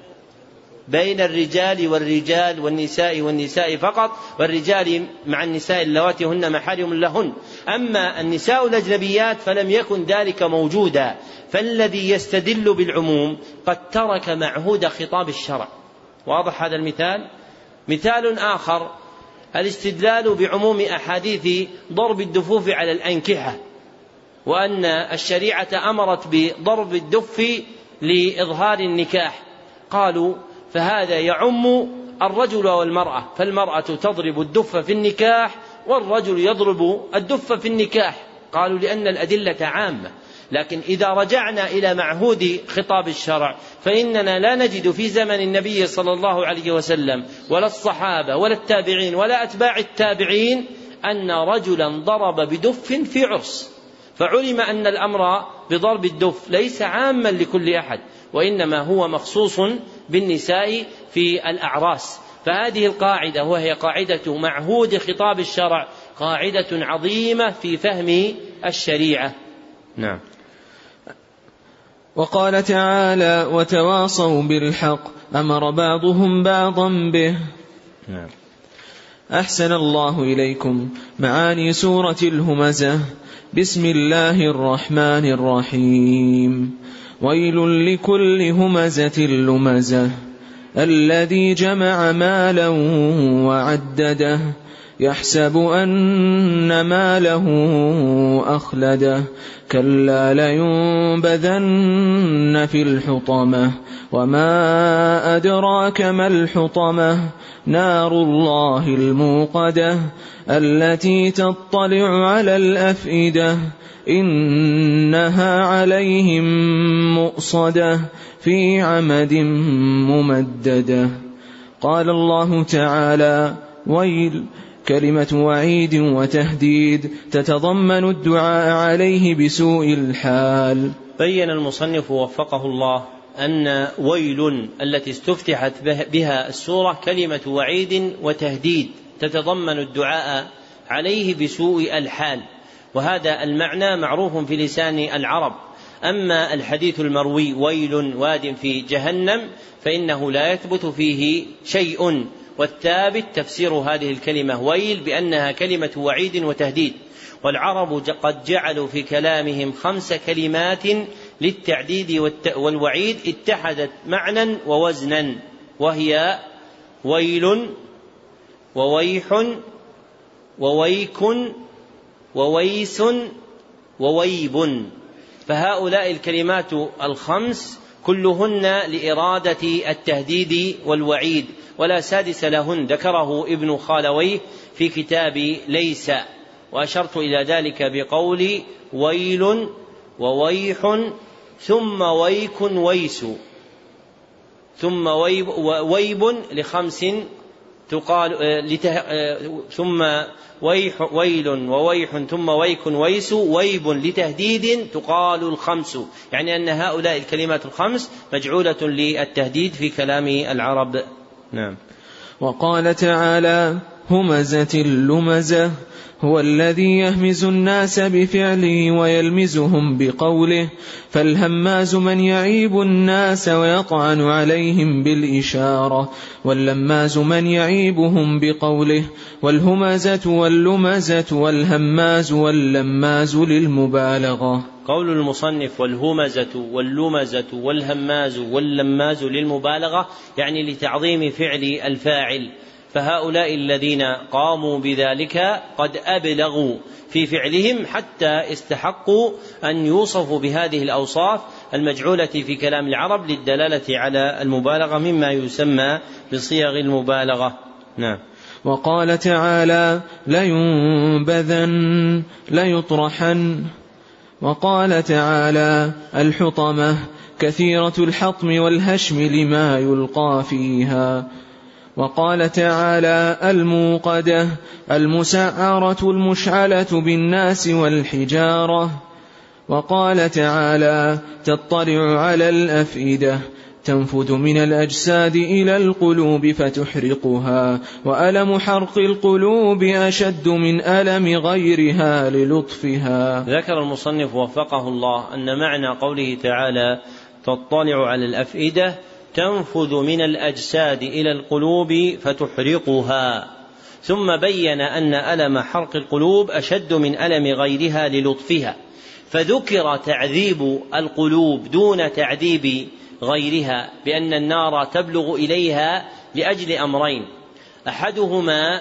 [SPEAKER 1] بين الرجال والرجال والنساء والنساء فقط، والرجال مع النساء اللواتي هن محارم لهن. أما النساء الأجنبيات فلم يكن ذلك موجودا. فالذي يستدل بالعموم قد ترك معهود خطاب الشرع. واضح هذا المثال؟ مثال آخر الاستدلال بعموم أحاديث ضرب الدفوف على الأنكحة، وأن الشريعة أمرت بضرب الدف لإظهار النكاح. قالوا فهذا يعم الرجل والمرأة، فالمرأة تضرب الدف في النكاح والرجل يضرب الدف في النكاح. قالوا لأن الأدلة عامة. لكن إذا رجعنا إلى معهود خطاب الشرع فإننا لا نجد في زمن النبي صلى الله عليه وسلم ولا الصحابة ولا التابعين ولا أتباع التابعين أن رجلا ضرب بدف في عرس. فعلم أن الأمر بضرب الدف ليس عاما لكل أحد، وإنما هو مخصوص بالنساء في الأعراس. فهذه القاعدة وهي قاعدة معهود خطاب الشرع قاعدة عظيمة في فهم الشريعة. نعم.
[SPEAKER 2] وقال تعالى وتواصوا بالحق أمر بعضهم بعضا به.
[SPEAKER 1] نعم.
[SPEAKER 2] أحسن الله إليكم. معاني سورة الهمزة. بسم الله الرحمن الرحيم. ويل لكل همزة لمزة الذي جمع مالا وعدده يحسب أن ماله أخلده كلا لينبذن في الحطمة وما أدراك ما الحطمة نار الله الموقدة التي تطلع على الأفئدة إنها عليهم مؤصدة في عمد ممددة. قال الله تعالى ويل كلمة وعيد وتهديد تتضمن الدعاء عليه بسوء الحال.
[SPEAKER 1] بين المصنف وفقه الله أن ويل التي استفتحت بها السورة كلمة وعيد وتهديد تتضمن الدعاء عليه بسوء الحال، وهذا المعنى معروف في لسان العرب. أما الحديث المروي ويل واد في جهنم فإنه لا يثبت فيه شيء، والثابت تفسير هذه الكلمة ويل بأنها كلمة وعيد وتهديد. والعرب قد جعلوا في كلامهم 5 كلمات للتعديد والوعيد اتحدت معنى ووزنا، وهي ويل وويح وويك وويس وويب. فهؤلاء في 5 كلهن لإرادة التهديد والوعيد، ولا سادس لهن، ذكره ابن خالويه في كتاب ليس، وأشرت إلى ذلك بقول ويل وويح ثم ويك ويس ثم ويب ل5 تقال ثم ويل وويح ثم ويك ويس ويب لتهديد تقال 5، يعني أن هؤلاء الكلمات 5 مجعولة للتهديد في كلام العرب. نعم.
[SPEAKER 2] وقال تعالى همزة لمزة هو الذي يهمز الناس بفعله ويلمزهم بقوله، فالهماز من يعيب الناس ويطعن عليهم بالإشارة، واللماز من يعيبهم بقوله، والهمزة واللمزة والهماز واللماز للمبالغة.
[SPEAKER 1] قول المصنف والهمزة واللمزة والهماز واللماز للمبالغة يعني لتعظيم فعل الفاعل، فهؤلاء الذين قاموا بذلك قد أبلغوا في فعلهم حتى استحقوا أن يوصفوا بهذه الأوصاف المجعولة في كلام العرب للدلالة على المبالغة مما يسمى بصيغ المبالغة. نعم.
[SPEAKER 2] وقال تعالى لينبذن ليطرحن. وقال تعالى الحطمة كثيرة الحطم والهشم لما يلقى فيها. وقال تعالى الموقدة المسعرة المشعلة بالناس والحجارة. وقال تعالى تطلع على الأفئدة تنفذ من الأجساد إلى القلوب فتحرقها، وألم حرق القلوب أشد من ألم غيرها للطفها.
[SPEAKER 1] ذكر المصنف وفقه الله أن معنى قوله تعالى تطلع على الأفئدة تنفذ من الأجساد إلى القلوب فتحرقها، ثم بين أن ألم حرق القلوب أشد من ألم غيرها للطفها، فذكر تعذيب القلوب دون تعذيب غيرها، بأن النار تبلغ إليها لأجل أمرين: أحدهما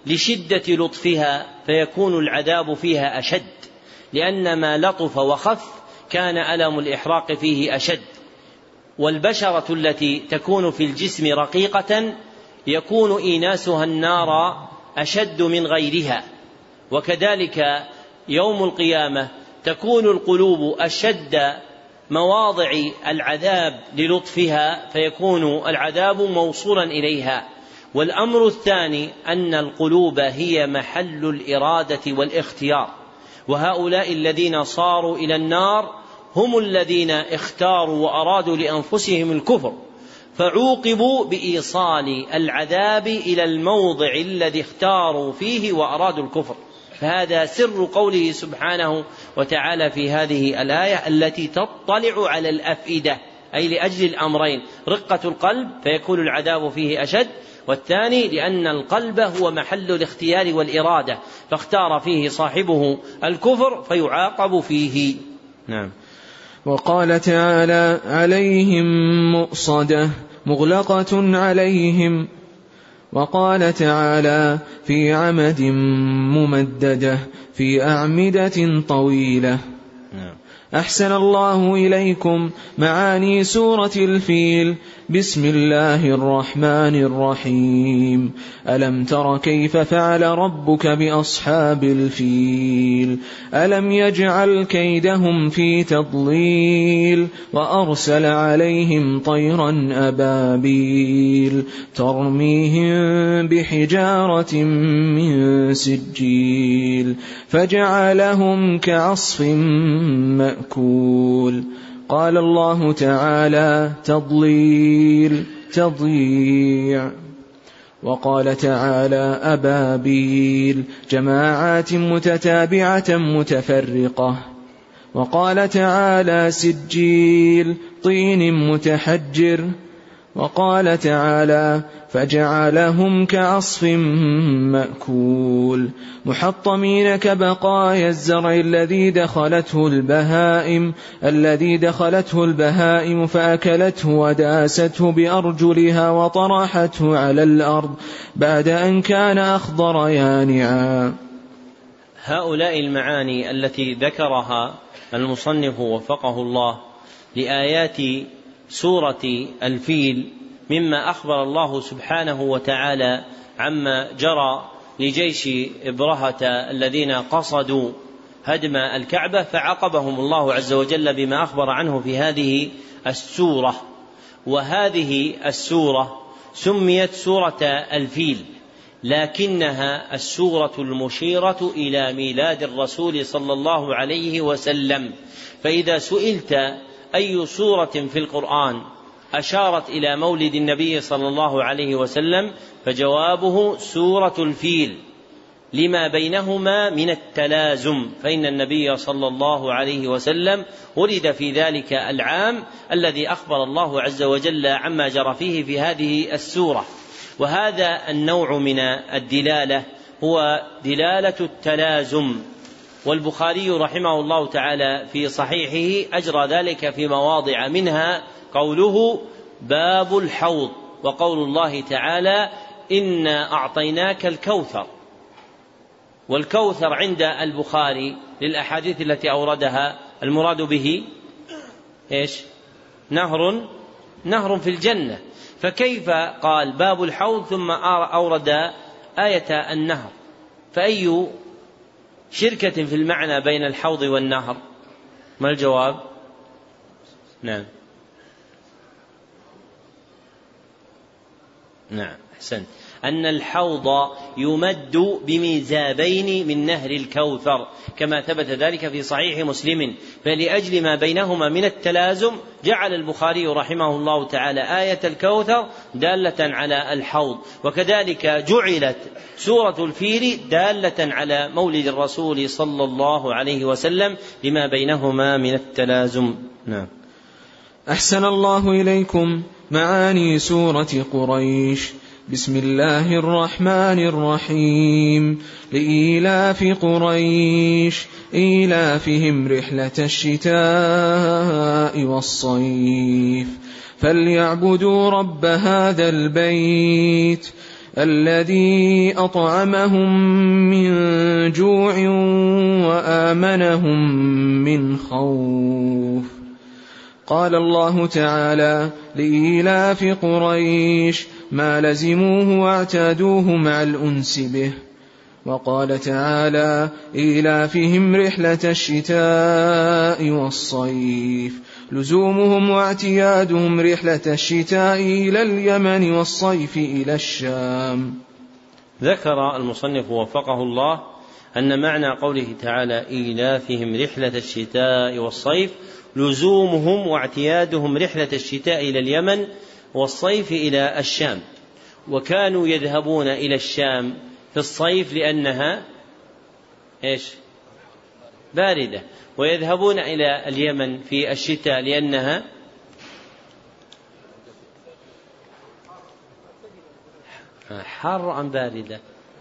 [SPEAKER 1] لشدة لطفها فيكون العذاب فيها أشد، لأن ما لطف وخف كان ألم الإحراق فيه أشد. والبشرة التي تكون في الجسم رقيقة يكون إيناسها النار أشد من غيرها. وكذلك يوم القيامة تكون القلوب أشد مواضع العذاب للطفها فيكون العذاب موصولا إليها. والأمر الثاني أن القلوب هي محل الإرادة والاختيار، وهؤلاء الذين صاروا إلى النار هم الذين اختاروا وأرادوا لأنفسهم الكفر، فعوقبوا بإيصال العذاب إلى الموضع الذي اختاروا فيه وأرادوا الكفر. فهذا سر قوله سبحانه وتعالى في هذه الآية التي تطلع على الأفئدة، أي لأجل الأمرين: رقة القلب فيكون العذاب فيه أشد، والثاني لأن القلب هو محل الاختيار والإرادة، فاختار فيه صاحبه الكفر فيعاقب فيه. نعم.
[SPEAKER 2] وقال تعالى: عليهم مؤصدة مغلقة عليهم. وقال تعالى: في عمد ممددة في أعمدة طويلة. أحسن الله إليكم معاني سورة الفيل. بسم الله الرحمن الرحيم. ألم تر كيف فعل ربك بأصحاب الفيل؟ ألم يجعل كيدهم في تضليل وأرسل عليهم طيرا أبابيل ترميهم بحجارة من سجيل فجعلهم كعصف مأكول. قال الله تعالى: تضليل تضييع. وقال تعالى: أبابيل جماعات متتابعة متفرقة. وقال تعالى: سجيل طين متحجر. وقال تعالى: فجعلهم كعصف مأكول محطمين كبقايا الزرع الذي دخلته البهائم فأكلته وداسته بأرجلها وطرحته على الأرض بعد أن كان أخضر يانعا.
[SPEAKER 1] هؤلاء المعاني التي ذكرها المصنف وفقه الله لآيات سورة الفيل مما أخبر الله سبحانه وتعالى عما جرى لجيش إبرهة الذين قصدوا هدم الكعبة، فعاقبهم الله عز وجل بما أخبر عنه في هذه السورة. وهذه السورة سميت سورة الفيل، لكنها السورة المشيرة إلى ميلاد الرسول صلى الله عليه وسلم. فإذا سئلت أي سورة في القرآن أشارت إلى مولد النبي صلى الله عليه وسلم، فجوابه سورة الفيل، لما بينهما من التلازم، فإن النبي صلى الله عليه وسلم ولد في ذلك العام الذي أخبر الله عز وجل عما جرى فيه في هذه السورة. وهذا النوع من الدلالة هو دلالة التلازم، والبخاري رحمه الله تعالى في صحيحه أجرى ذلك في مواضع، منها قوله: باب الحوض، وقول الله تعالى: إنا أعطيناك الكوثر. والكوثر عند البخاري للأحاديث التي أوردها المراد به إيش؟ نهر في الجنة، فكيف قال باب الحوض ثم أورد آية النهر؟ فأي شركة في المعنى بين الحوض والنهر؟ ما الجواب؟ نعم أحسنت، أن الحوض يمد بميزابين من نهر الكوثر كما ثبت ذلك في صحيح مسلم. فلأجل ما بينهما من التلازم جعل البخاري رحمه الله تعالى آية الكوثر دالة على الحوض، وكذلك جعلت سورة الفيل دالة على مولد الرسول صلى الله عليه وسلم لما بينهما من التلازم. نعم.
[SPEAKER 2] أحسن الله إليكم معاني سورة قريش. بسم الله الرحمن الرحيم. لإيلاف قريش إيلافهم رحلة الشتاء والصيف فليعبدوا رب هذا البيت الذي أطعمهم من جوع وآمنهم من خوف. قال الله تعالى لإيلاف قريش ما لزموه واعتادوه مع الأنس به. وقال تعالى إيلافهم رحلة الشتاء والصيف لزومهم واعتيادهم رحلة الشتاء إلى اليمن والصيف إلى الشام.
[SPEAKER 1] ذكر المصنف وفقه الله أن معنى قوله تعالى إيلافهم رحلة الشتاء والصيف لزومهم واعتيادهم رحلة الشتاء إلى اليمن والصيف إلى الشام. وكانوا يذهبون إلى الشام في الصيف لأنها باردة، ويذهبون إلى اليمن في الشتاء لأنها حار أم باردة.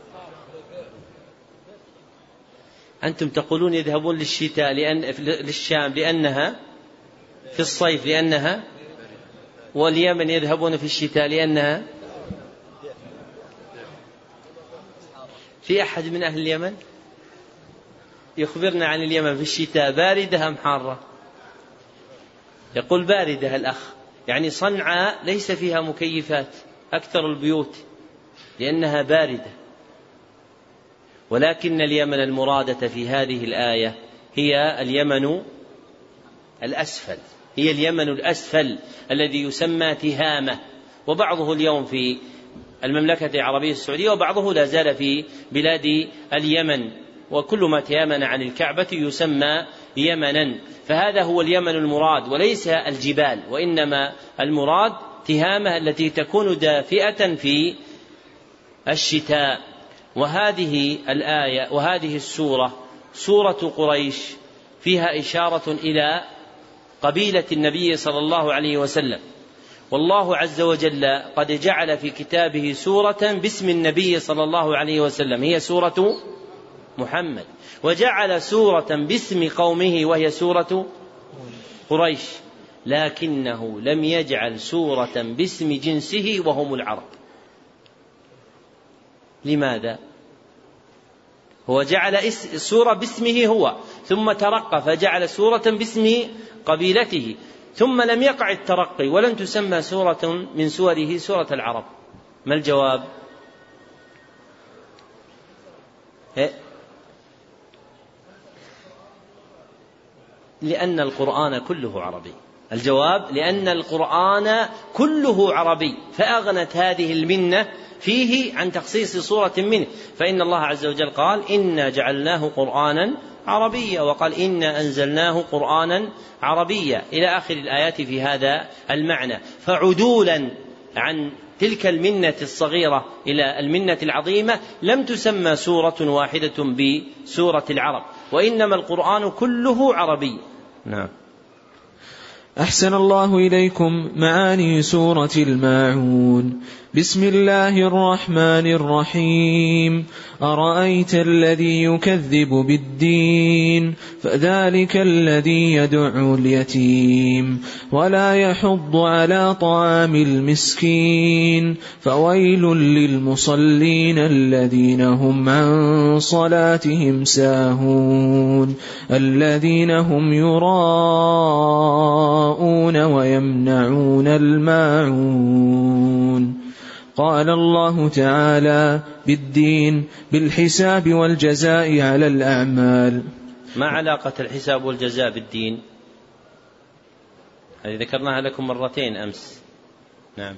[SPEAKER 1] أنتم تقولون يذهبون للشتاء للشام لأنها في الصيف لأنها، واليمن يذهبون في الشتاء لأنها. في أحد من أهل اليمن يخبرنا عن اليمن في الشتاء باردة أم حارة؟ يقول باردة الأخ، يعني صنعاء ليس فيها مكيفات أكثر البيوت لأنها باردة. ولكن اليمن المرادة في هذه الآية هي اليمن الأسفل، هي اليمن الأسفل الذي يسمى تهامة، وبعضه اليوم في المملكة العربية السعودية وبعضه لا زال في بلاد اليمن، وكل ما تيامن عن الكعبة يسمى يمنا. فهذا هو اليمن المراد وليس الجبال، وإنما المراد تهامة التي تكون دافئة في الشتاء. وهذه الآية وهذه السورة سورة قريش فيها إشارة إلى قبيلة النبي صلى الله عليه وسلم، والله عز وجل قد جعل في كتابه سورة باسم النبي صلى الله عليه وسلم هي سورة محمد، وجعل سورة باسم قومه وهي سورة قريش، لكنه لم يجعل سورة باسم جنسه وهم العرب. لماذا؟ هو جعل السورة باسمه هو، ثم ترقى فجعل سورة باسم قبيلته، ثم لم يقع الترقي ولن تسمى سورة من سوره سورة العرب. ما الجواب؟ لأن القرآن كله عربي. الجواب لأن القرآن كله عربي، فأغنت هذه المنة فيه عن تخصيص صورة منه، فإن الله عز وجل قال إنا جعلناه قرآنا عربيا، وقال إنا أنزلناه قرآنا عربيا إلى آخر الآيات في هذا المعنى. فعدولا عن تلك المنة الصغيرة إلى المنة العظيمة لم تسمى سورة واحدة بسورة العرب، وإنما القرآن كله عربي. نعم.
[SPEAKER 2] أحسن الله إليكم. معاني سورة الماعون. بسم الله الرحمن الرحيم. أرأيت الذي يكذب بالدين فذلك الذي يدع اليتيم ولا يحض على طعام المسكين فويل للمصلين الذين هم عن صلاتهم ساهون الذين هم يراءون ويمنعون الماعون. قال الله تعالى بالدين بالحساب والجزاء على الأعمال.
[SPEAKER 1] ما علاقة الحساب والجزاء بالدين؟ هذه ذكرناها لكم مرتين أمس. نعم.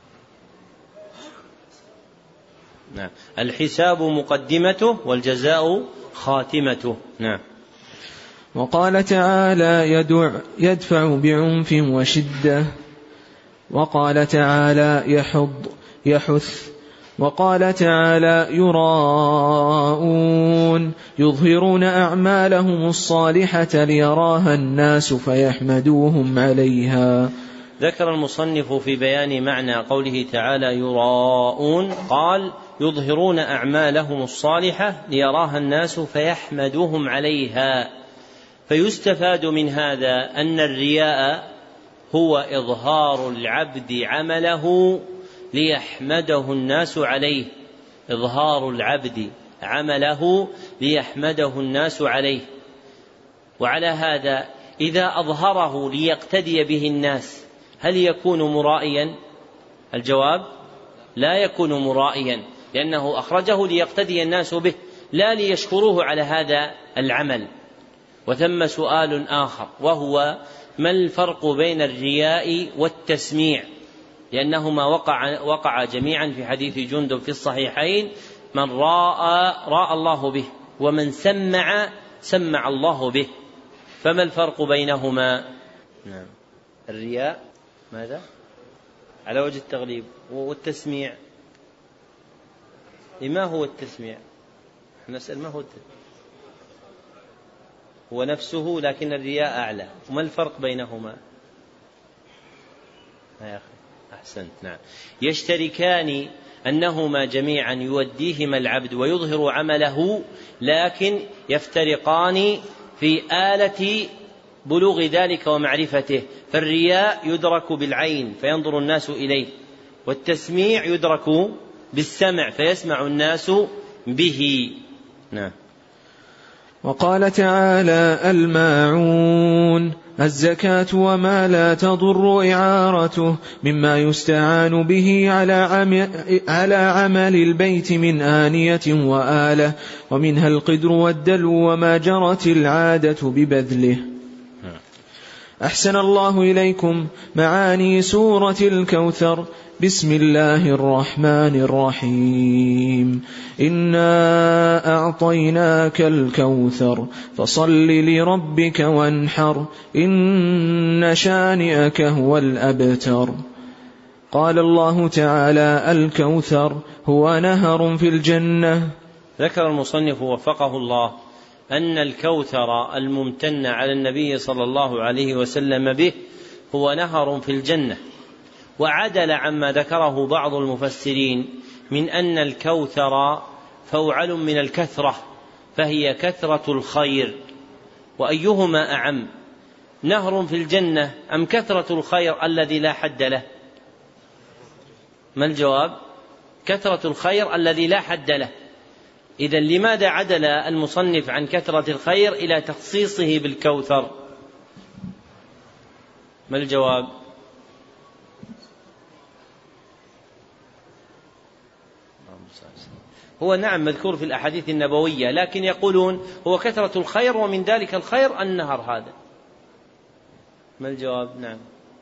[SPEAKER 1] الحساب مقدمته والجزاء خاتمته. نعم.
[SPEAKER 2] وقال تعالى يدفع بعنف وشدة. وقال تعالى يحث. وقال تعالى يراءون يظهرون أعمالهم الصالحة ليراها الناس فيحمدوهم عليها.
[SPEAKER 1] ذكر المصنف في بيان معنى قوله تعالى يراءون قال يظهرون أعمالهم الصالحة ليراها الناس فيحمدوهم عليها. فيستفاد من هذا أن الرياء هو إظهار العبد عمله ليحمده الناس عليه، إظهار العبد عمله ليحمده الناس عليه. وعلى هذا إذا أظهره ليقتدي به الناس هل يكون مرائيا؟ الجواب لا يكون مرائيا، لأنه أخرجه ليقتدي الناس به لا ليشكروه على هذا العمل. وثم سؤال آخر وهو ما الفرق بين الرياء والتسميع؟ لأنهما وقع جميعا في حديث جندب في الصحيحين: من راى الله به، ومن سمع الله به. فما الفرق بينهما؟ نعم. الرياء ماذا؟ على وجه التغليب. والتسميع ما هو التسميع؟ نسأل ما هو التسميع؟ هو نفسه لكن الرياء أعلى. وما الفرق بينهما؟ يا أخي أحسنت. نعم. يشتركان أنهما جميعا يوديهما العبد ويظهر عمله، لكن يفترقان في آلة بلوغ ذلك ومعرفته. فالرياء يدرك بالعين فينظر الناس إليه، والتسميع يدرك بالسمع فيسمع الناس به. نعم.
[SPEAKER 2] وقال تعالى: الماعون الزكاة وما لا تضر إعارته مما يستعان به على عمل البيت من آنية وآلة، ومنها القدر والدلو وما جرت العادة ببذله. أحسن الله إليكم معاني سورة الكوثر. بسم الله الرحمن الرحيم. إنا أعطيناك الكوثر فصل لربك وانحر إن شانئك هو الأبتر. قال الله تعالى: الكوثر هو نهر في الجنة.
[SPEAKER 1] ذكر المصنف وفقه الله أن الكوثر الممتن على النبي صلى الله عليه وسلم به هو نهر في الجنة، وعدل عما ذكره بعض المفسرين من أن الكوثر فوعل من الكثرة، فهي كثرة الخير. وأيهما أعم، نهر في الجنة أم كثرة الخير الذي لا حد له؟ ما الجواب؟ كثرة الخير الذي لا حد له. إذن لماذا عدل المصنف عن كثرة الخير إلى تخصيصه بالكوثر؟ ما الجواب؟ هو نعم مذكور في الأحاديث النبوية، لكن يقولون هو كثرة الخير، ومن ذلك الخير النهر هذا. ما الجواب؟ نعم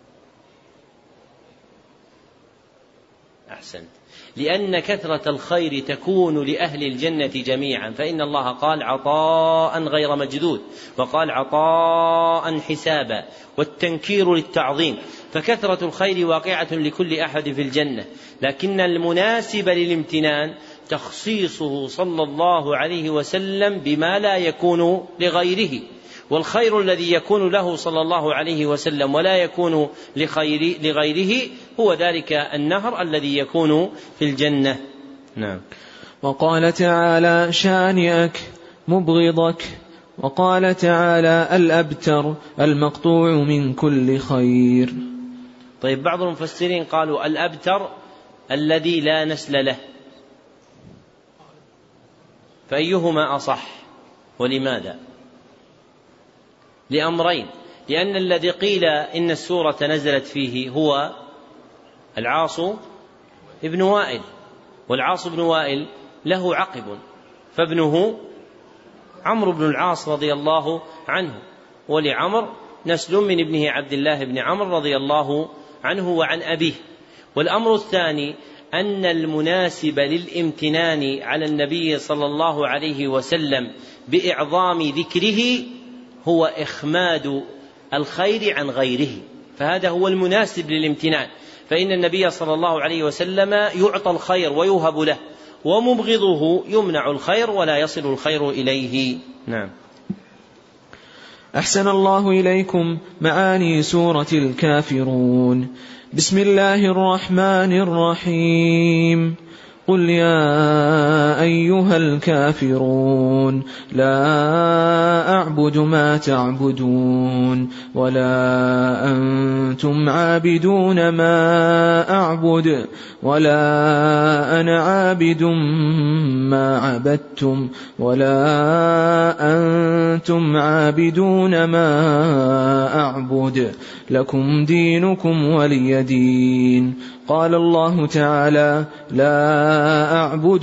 [SPEAKER 1] أحسنت. لأن كثرة الخير تكون لأهل الجنة جميعا، فإن الله قال: عطاء غير مجدود، وقال: عطاء حسابا، والتنكير للتعظيم. فكثرة الخير واقعة لكل أحد في الجنة، لكن المناسب للامتنان تخصيصه صلى الله عليه وسلم بما لا يكون لغيره. والخير الذي يكون له صلى الله عليه وسلم ولا يكون لغيره هو ذلك النهر الذي يكون في الجنة. نعم.
[SPEAKER 2] وقال تعالى: شانئك مبغضك. وقال تعالى: الأبتر المقطوع من كل خير.
[SPEAKER 1] طيب، بعض المفسرين قالوا الأبتر الذي لا نسل له، فأيهما أصح ولماذا؟ لأمرين: لأن الذي قيل إن السورة نزلت فيه هو العاص ابن وائل، والعاص بن وائل له عقب، فابنه عمرو بن العاص رضي الله عنه، ولعمر نسل من ابنه عبد الله بن عمرو رضي الله عنه وعن أبيه. والأمر الثاني أن المناسب للامتنان على النبي صلى الله عليه وسلم بإعظام ذكره هو إخماد الخير عن غيره، فهذا هو المناسب للامتنان. فإن النبي صلى الله عليه وسلم يعطى الخير ويوهب له، ومبغضه يمنع الخير ولا يصل الخير إليه. نعم.
[SPEAKER 2] أحسن الله إليكم معاني سورة الكافرون. بسم الله الرحمن الرحيم. قل يا أيها الكافرون لا أعبد ما تعبدون ولا أنتم عابدون ما أعبد ولا أنا عابد ما عبدتم ولا أنتم عابدون ما أعبد لكم دينكم ولي دين. قال الله تعالى: لا أعبد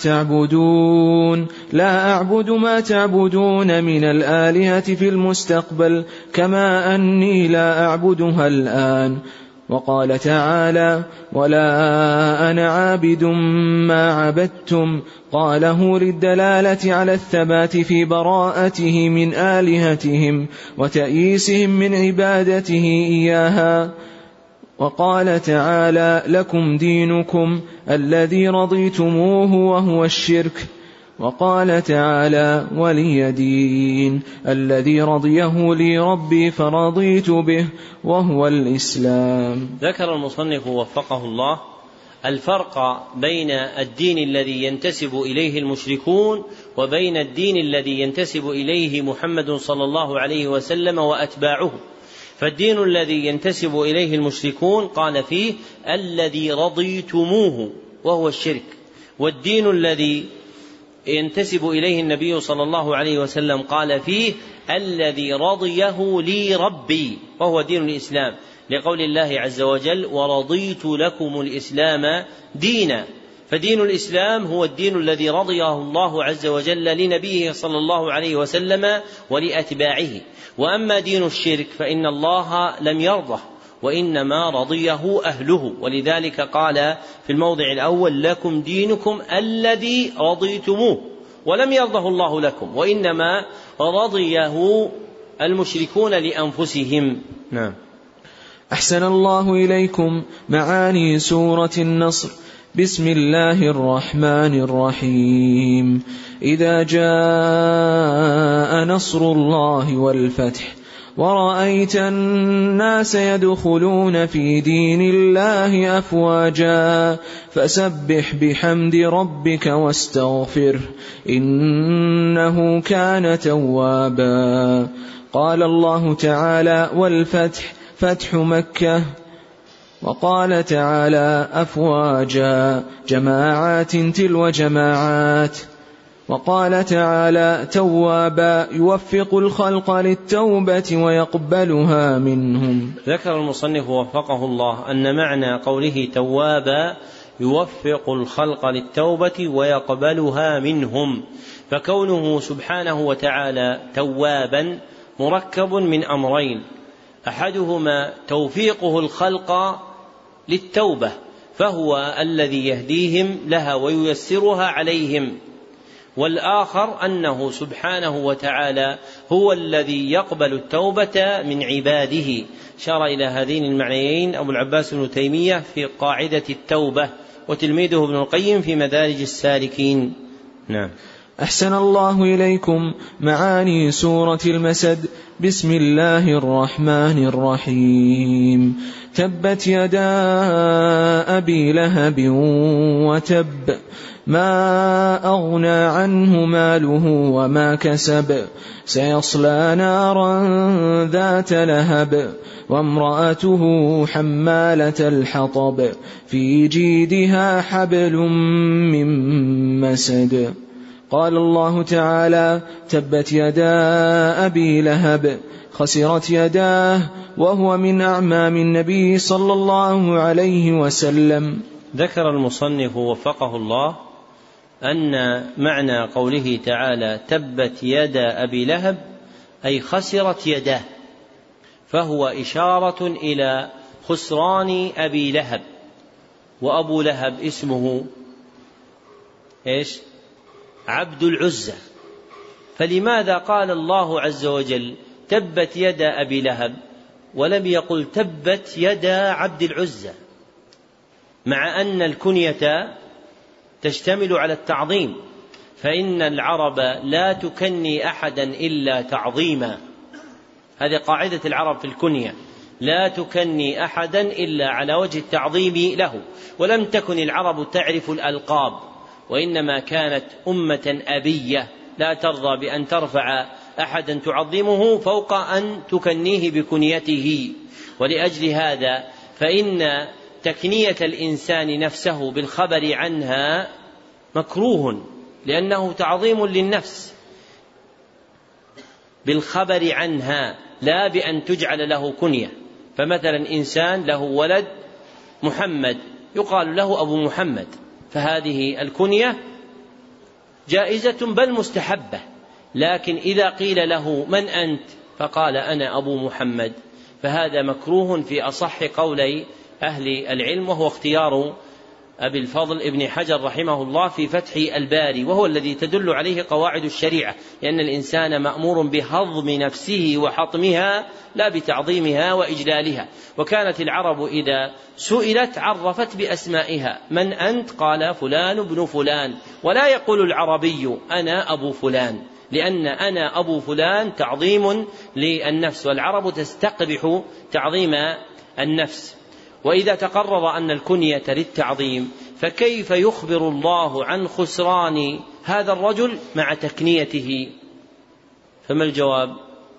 [SPEAKER 2] ما تعبدون من الآلهة في المستقبل كما أني لا أعبدها الآن. وقال تعالى: ولا أنا عابد ما عبدتم، قاله للدلالة على الثبات في براءته من آلهتهم وتأييسهم من عبادته إياها. وقال تعالى: لكم دينكم الذي رضيتموه وهو الشرك. وقال تعالى: ولي دين الذي رضيه لي ربي فرضيت به وهو الإسلام.
[SPEAKER 1] ذكر المصنف وفقه الله الفرق بين الدين الذي ينتسب إليه المشركون وبين الدين الذي ينتسب إليه محمد صلى الله عليه وسلم وأتباعه. فالدين الذي ينتسب إليه المشركون قال فيه: الذي رضيتموه وهو الشرك. والدين الذي ينتسب إليه النبي صلى الله عليه وسلم قال فيه: الذي رضيه لي ربي وهو دين الإسلام، لقول الله عز وجل: ورضيت لكم الإسلام دينا. فدين الإسلام هو الدين الذي رضيه الله عز وجل لنبيه صلى الله عليه وسلم ولأتباعه. وأما دين الشرك فإن الله لم يرضه وإنما رضيه أهله، ولذلك قال في الموضع الأول: لكم دينكم الذي رضيتموه، ولم يرضه الله لكم وإنما رضيه المشركون لأنفسهم. نعم.
[SPEAKER 2] أحسن الله إليكم. معاني سورة النصر. بسم الله الرحمن الرحيم. إذا جاء نصر الله والفتح ورأيت الناس يدخلون في دين الله أفواجا فسبح بحمد ربك واستغفره إنه كان توابا. قال الله تعالى: والفتح فتح مكة. وقال تعالى: أفواجا جماعات تلو جماعات. وقال تعالى: توابا يوفق الخلق للتوبة ويقبلها منهم.
[SPEAKER 1] ذكر المصنف وفقه الله أن معنى قوله توابا يوفق الخلق للتوبة ويقبلها منهم، فكونه سبحانه وتعالى توابا مركب من أمرين: أحدهما توفيقه الخلق للتوبة فهو الذي يهديهم لها وييسرها عليهم، والآخر أنه سبحانه وتعالى هو الذي يقبل التوبة من عباده. شار إلى هذين المعنيين أبو العباس بن تيمية في قاعدة التوبة، وتلميذه ابن القيم في مدارج السالكين. نعم.
[SPEAKER 2] أحسن الله إليكم. معاني سورة المسد. بسم الله الرحمن الرحيم. تبت يدا أبي لهب وتب ما أغنى عنه ماله وما كسب سيصلى نارا ذات لهب وامرأته حمالة الحطب في جيدها حبل من مسد. قال الله تعالى: تبت يدا أبي لهب، خسرت يداه، وهو من أعمام النبي صلى الله عليه وسلم.
[SPEAKER 1] ذكر المصنف وفقه الله أن معنى قوله تعالى: تبت يدا أبي لهب أي خسرت يداه، فهو إشارة إلى خسران أبي لهب. وأبو لهب اسمه إيش؟ عبد العزى. فلماذا قال الله عز وجل تبت يدا أبي لهب ولم يقل تبت يدا عبد العزى، مع أن الكنية تشتمل على التعظيم، فإن العرب لا تكني أحدا إلا تعظيما. هذه قاعدة العرب في الكنية: لا تكني أحدا إلا على وجه التعظيم له. ولم تكن العرب تعرف الألقاب، وإنما كانت أمة أبية لا ترضى بأن ترفع أحدا تعظمه فوق أن تكنيه بكنيته. ولأجل هذا فإن تكنية الإنسان نفسه بالخبر عنها مكروه، لأنه تعظيم للنفس بالخبر عنها لا بأن تجعل له كنية. فمثلا إنسان له ولد محمد يقال له أبو محمد، فهذه الكنية جائزة بل مستحبة. لكن إذا قيل له من أنت فقال أنا أبو محمد فهذا مكروه في أصح قولي أهل العلم، وهو اختيار أبي الفضل ابن حجر رحمه الله في فتح الباري، وهو الذي تدل عليه قواعد الشريعة، لأن الإنسان مأمور بهضم نفسه وحطمها لا بتعظيمها وإجلالها. وكانت العرب إذا سئلت عرفت بأسمائها، من أنت؟ قال فلان ابن فلان، ولا يقول العربي أنا أبو فلان، لأن أنا أبو فلان تعظيم للنفس، والعرب تستقبح تعظيم النفس. وإذا تقرر أن الكنية للتعظيم فكيف يخبر الله عن خسران هذا الرجل مع تكنيته؟ فما الجواب؟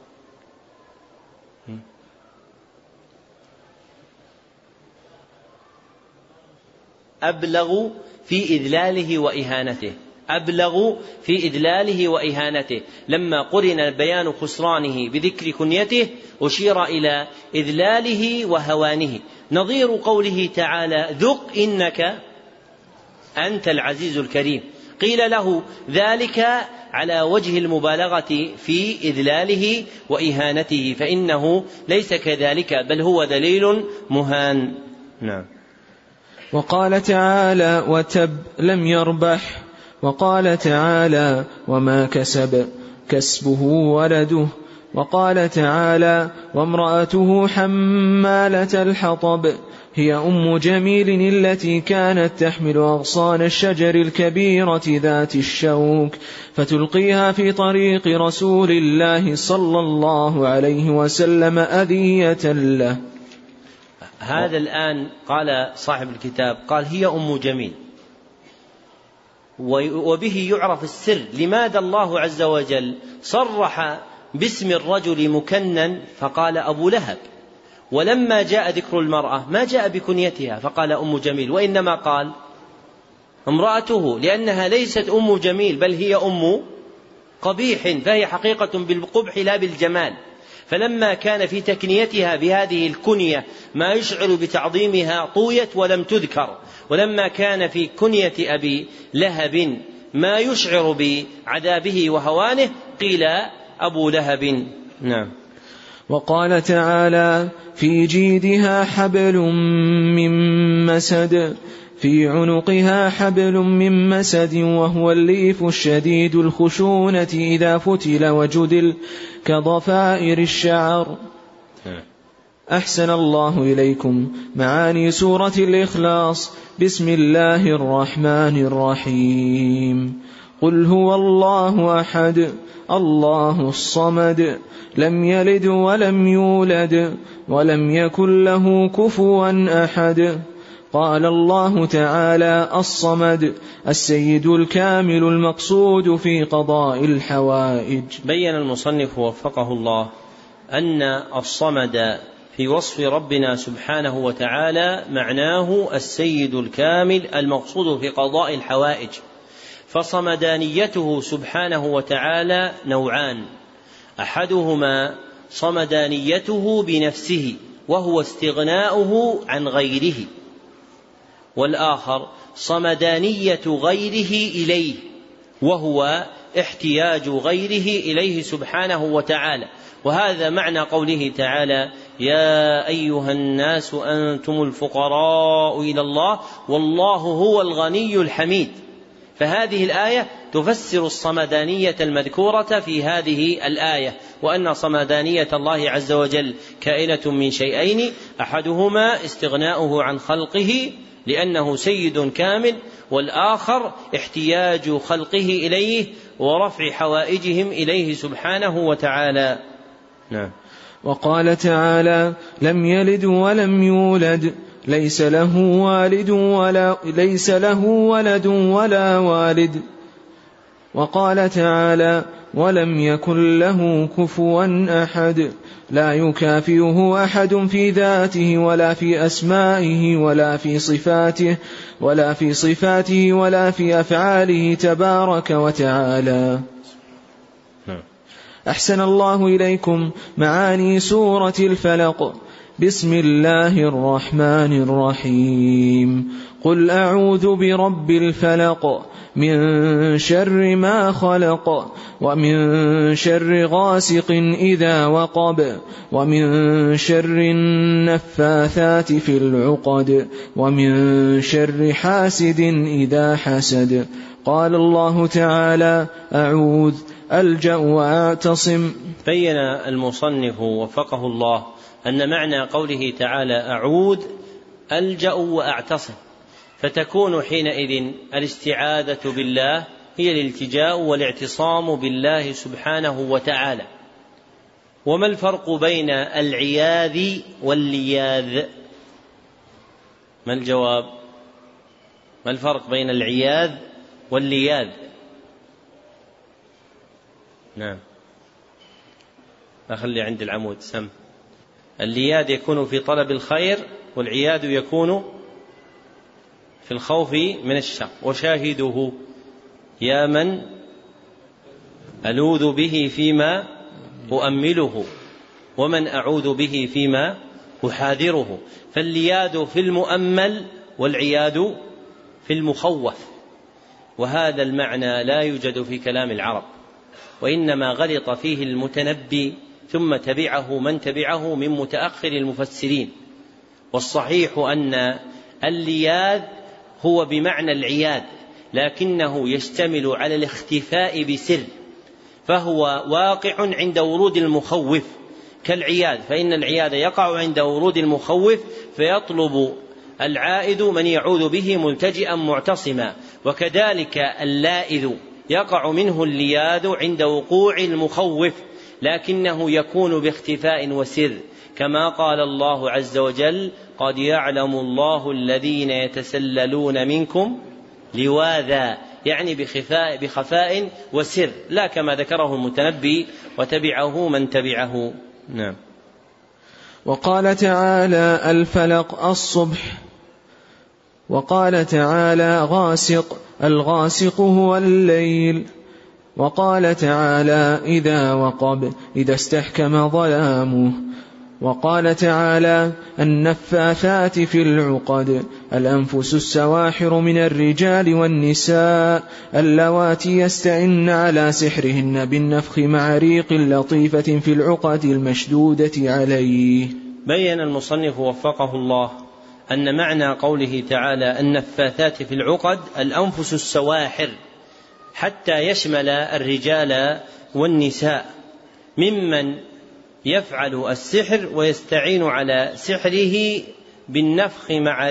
[SPEAKER 1] أبلغ في إذلاله وإهانته، أبلغ في إذلاله وإهانته. لما قرن بيان خسرانه بذكر كنيته أشير إلى إذلاله وهوانه، نظير قوله تعالى ذق إنك أنت العزيز الكريم، قيل له ذلك على وجه المبالغة في إذلاله وإهانته، فإنه ليس كذلك بل هو دليل مهان. نعم.
[SPEAKER 2] وقال تعالى وتب لم يربح، وقال تعالى وما كسب كسبه ولده، وقال تعالى وامرأته حمالة الحطب هي أم جميل التي كانت تحمل أغصان الشجر الكبيرة ذات الشوك فتلقيها في طريق رسول الله صلى الله عليه وسلم أذية له.
[SPEAKER 1] هذا الآن قال صاحب الكتاب قال هي أم جميل، وبه يعرف السر لماذا الله عز وجل صرح باسم الرجل مكنن فقال أبو لهب، ولما جاء ذكر المرأة ما جاء بكنيتها فقال أم جميل، وإنما قال امرأته، لأنها ليست أم جميل بل هي أم قبيح، فهي حقيقة بالقبح لا بالجمال. فلما كان في تكنيتها بهذه الكنية ما يشعر بتعظيمها طويت ولم تذكر، ولما كان في كنية أبي لهب ما يشعر بعذابه وهوانه قيل أبو لهب. نعم.
[SPEAKER 2] وقال تعالى في جيدها حبل من مسد في عنقها حبل من مسد وهو الليف الشديد الخشونة إذا فتل وجدل كضفائر الشعر. أحسن الله إليكم. معاني سورة الإخلاص. بسم الله الرحمن الرحيم. قل هو الله أحد الله الصمد لم يلد ولم يولد ولم يكن له كفوا أحد. قال الله تعالى الصمد السيد الكامل المقصود في قضاء الحوائج.
[SPEAKER 1] بين المصنف وفقه الله أن الصمد في وصف ربنا سبحانه وتعالى معناه السيد الكامل المقصود في قضاء الحوائج. فصمدانيته سبحانه وتعالى نوعان، أحدهما صمدانيته بنفسه وهو استغناؤه عن غيره، والآخر صمدانية غيره إليه وهو احتياج غيره إليه سبحانه وتعالى. وهذا معنى قوله تعالى يا أيها الناس أنتم الفقراء إلى الله والله هو الغني الحميد. فهذه الآية تفسر الصمدانية المذكورة في هذه الآية، وأن صمدانية الله عز وجل كائنة من شيئين، أحدهما استغناؤه عن خلقه لأنه سيد كامل، والآخر احتياج خلقه إليه ورفع حوائجهم إليه سبحانه وتعالى. نعم.
[SPEAKER 2] وقال تعالى لم يلد ولم يولد ليس له ولد ولا والد. وقال تعالى ولم يكن له كفوا أحد لا يكافئه أحد في ذاته ولا في أسمائه ولا في صفاته ولا في أفعاله تبارك وتعالى. أحسن الله إليكم معاني سورة الفلق. بسم الله الرحمن الرحيم. قل أعوذ برب الفلق من شر ما خلق ومن شر غاسق إذا وقب ومن شر النفاثات في العقد ومن شر حاسد إذا حسد. قال الله تعالى: أعوذ ألجأ وأعتصم.
[SPEAKER 1] بين المصنف وفقه الله أن معنى قوله تعالى أعوذ ألجأ وأعتصم، فتكون حينئذ الاستعاذة بالله هي الالتجاء والاعتصام بالله سبحانه وتعالى. وما الفرق بين العياذ واللياذ؟ ما الجواب؟ ما الفرق بين العياذ واللياذ؟ نعم، أخلي عند العمود سم. اللياذ يكون في طلب الخير، والعياذ يكون في الخوف من الشر. وشاهده: يا من ألوذ به فيما أؤمله ومن أعوذ به فيما أحاذره. فاللياذ في المؤمل والعياذ في المخوف، وهذا المعنى لا يوجد في كلام العرب، وإنما غلط فيه المتنبي ثم تبعه من تبعه من متأخر المفسرين. والصحيح أن اللياذ هو بمعنى العياذ، لكنه يشتمل على الاختفاء بسر، فهو واقع عند ورود المخوف كالعياذ، فإن العياذ يقع عند ورود المخوف فيطلب العائذ من يعوذ به ملتجئا معتصما. وكذلك اللائذ يقع منه اللياذ عند وقوع المخوف، لكنه يكون باختفاء وسر، كما قال الله عز وجل: قد يعلم الله الذين يتسللون منكم لواذا، يعني بخفاء وسر، لا كما ذكره المتنبي وتبعه من تبعه. نعم.
[SPEAKER 2] وقال تعالى: الفلق الصبح. وقال تعالى: غاسق. الغاسق هو الليل. وقال تعالى: إذا وقب، إذا استحكم ظلامه. وقال تعالى: النفاثات في العقد. الأنفس السواحر من الرجال والنساء اللواتي يستعن على سحرهن بالنفخ مع ريق لطيفة في العقد المشدودة عليه.
[SPEAKER 1] بين المصنف وفقه الله أن معنى قوله تعالى النفاثات في العقد الأنفس السواحر، حتى يشمل الرجال والنساء ممن يفعل السحر ويستعين على سحره بالنفخ مع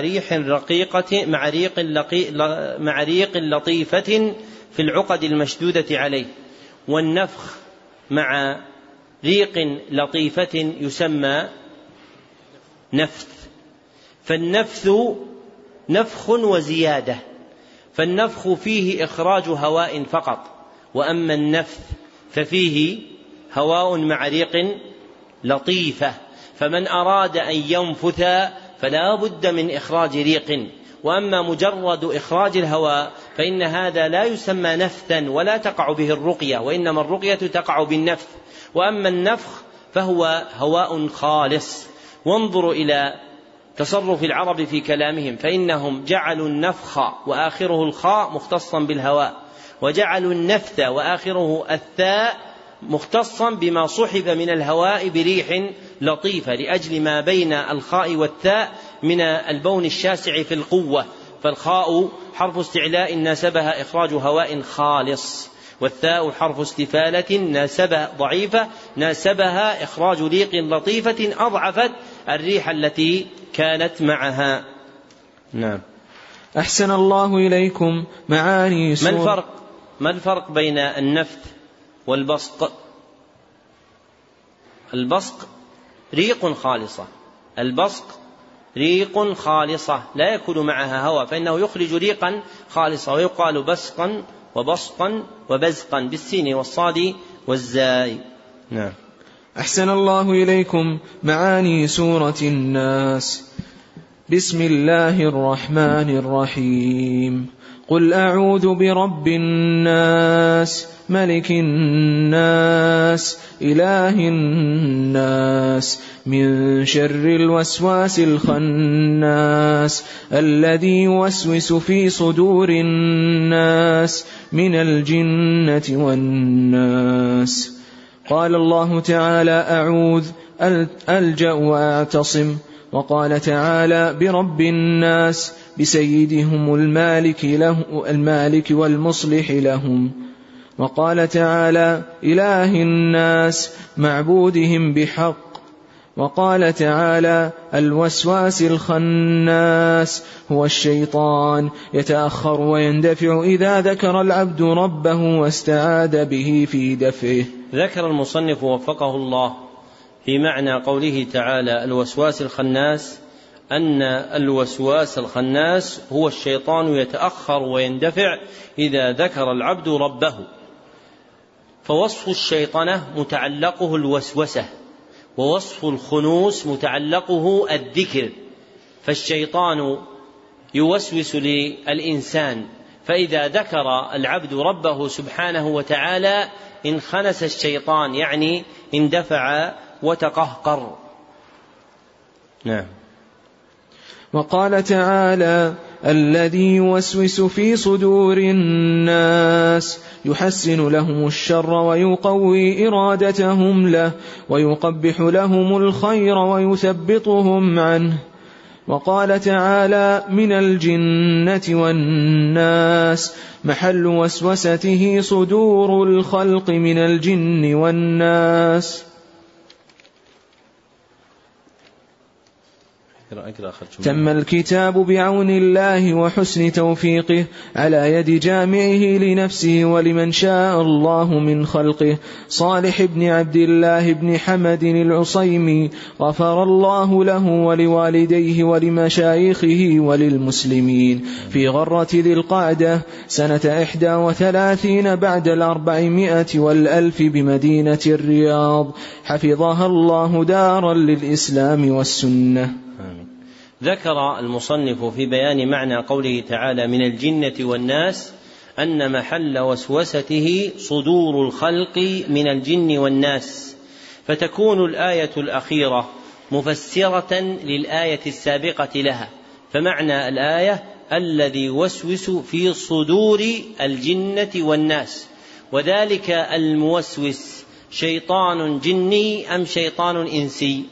[SPEAKER 1] ريق لطيفة في العقد المشدودة عليه. والنفخ مع ريق لطيفة يسمى نفث. فالنفث نفخ وزيادة، فالنفخ فيه إخراج هواء فقط، وأما النفث ففيه هواء مع ريق لطيفة. فمن أراد أن ينفث فلا بد من إخراج ريق، وأما مجرد إخراج الهواء فإن هذا لا يسمى نفثا ولا تقع به الرقية، وإنما الرقية تقع بالنفث. وأما النفخ فهو هواء خالص. وانظروا إلى تصرف العرب في كلامهم، فإنهم جعلوا النفخ وآخره الخاء مختصا بالهواء، وجعلوا النفث وآخره الثاء مختصا بما صحب من الهواء بريح لطيفة، لأجل ما بين الخاء والثاء من البون الشاسع في القوة. فالخاء حرف استعلاء ناسبها إخراج هواء خالص، والثاء حرف استفالة ناسبها ضعيفة ناسبها إخراج ريق لطيفة أضعفت الريح التي كانت معها. نعم.
[SPEAKER 2] أحسن الله إليكم معاني سورة.
[SPEAKER 1] ما الفرق بين النفث والبصق؟ البصق ريق خالصة، البصق ريق خالصة لا يكون معها هواء، فإنه يخرج ريقا خالصة، ويقال بسقا وبصقا وبزقا بالسين والصاد والزاي. نعم.
[SPEAKER 2] أحسن الله إليكم. معاني سورة الناس. بسم الله الرحمن الرحيم. قل أعوذ برب الناس ملك الناس إله الناس من شر الوسواس الخناس الذي يوسوس في صدور الناس من الجنة والناس. قال الله تعالى أعوذ ألجأ وأعتصم. وقال تعالى برب الناس بسيدهم المالك والمصلح لهم. وقال تعالى إله الناس معبودهم بحق. وقال تعالى الوسواس الخناس هو الشيطان يتأخر ويندفع إذا ذكر العبد ربه واستعاذ به في دفعه.
[SPEAKER 1] ذكر المصنف وفقه الله في معنى قوله تعالى الوسواس الخناس أن الوسواس الخناس هو الشيطان يتأخر ويندفع إذا ذكر العبد ربه. فوصف الشيطنة متعلقه الوسوسة، ووصف الخنوس متعلقه الذكر. فالشيطان يوسوس للإنسان، فإذا ذكر العبد ربه سبحانه وتعالى انخنس الشيطان، يعني اندفع وتقهقر. نعم.
[SPEAKER 2] وقال تعالى الذي يوسوس في صدور الناس يحسن لهم الشر ويقوي إرادتهم له ويقبح لهم الخير ويثبطهم عنه. وقال تعالى من الجنة والناس محل وسوسته صدور الخلق من الجن والناس. تم الكتاب بعون الله وحسن توفيقه على يد جامعه لنفسه ولمن شاء الله من خلقه صالح بن عبد الله بن حمد العصيمي غفر الله له ولوالديه ولمشايخه وللمسلمين في غرة ذي القعدة سنة 31 بعد 400 والألف بمدينة الرياض، حفظها الله دارا للإسلام والسنة.
[SPEAKER 1] ذكر المصنف في بيان معنى قوله تعالى من الجنة والناس أن محل وسوسته صدور الخلق من الجن والناس، فتكون الآية الأخيرة مفسرة للآية السابقة لها. فمعنى الآية الذي يوسوس في صدور الجنة والناس، وذلك الموسوس شيطان جني أم شيطان إنسي؟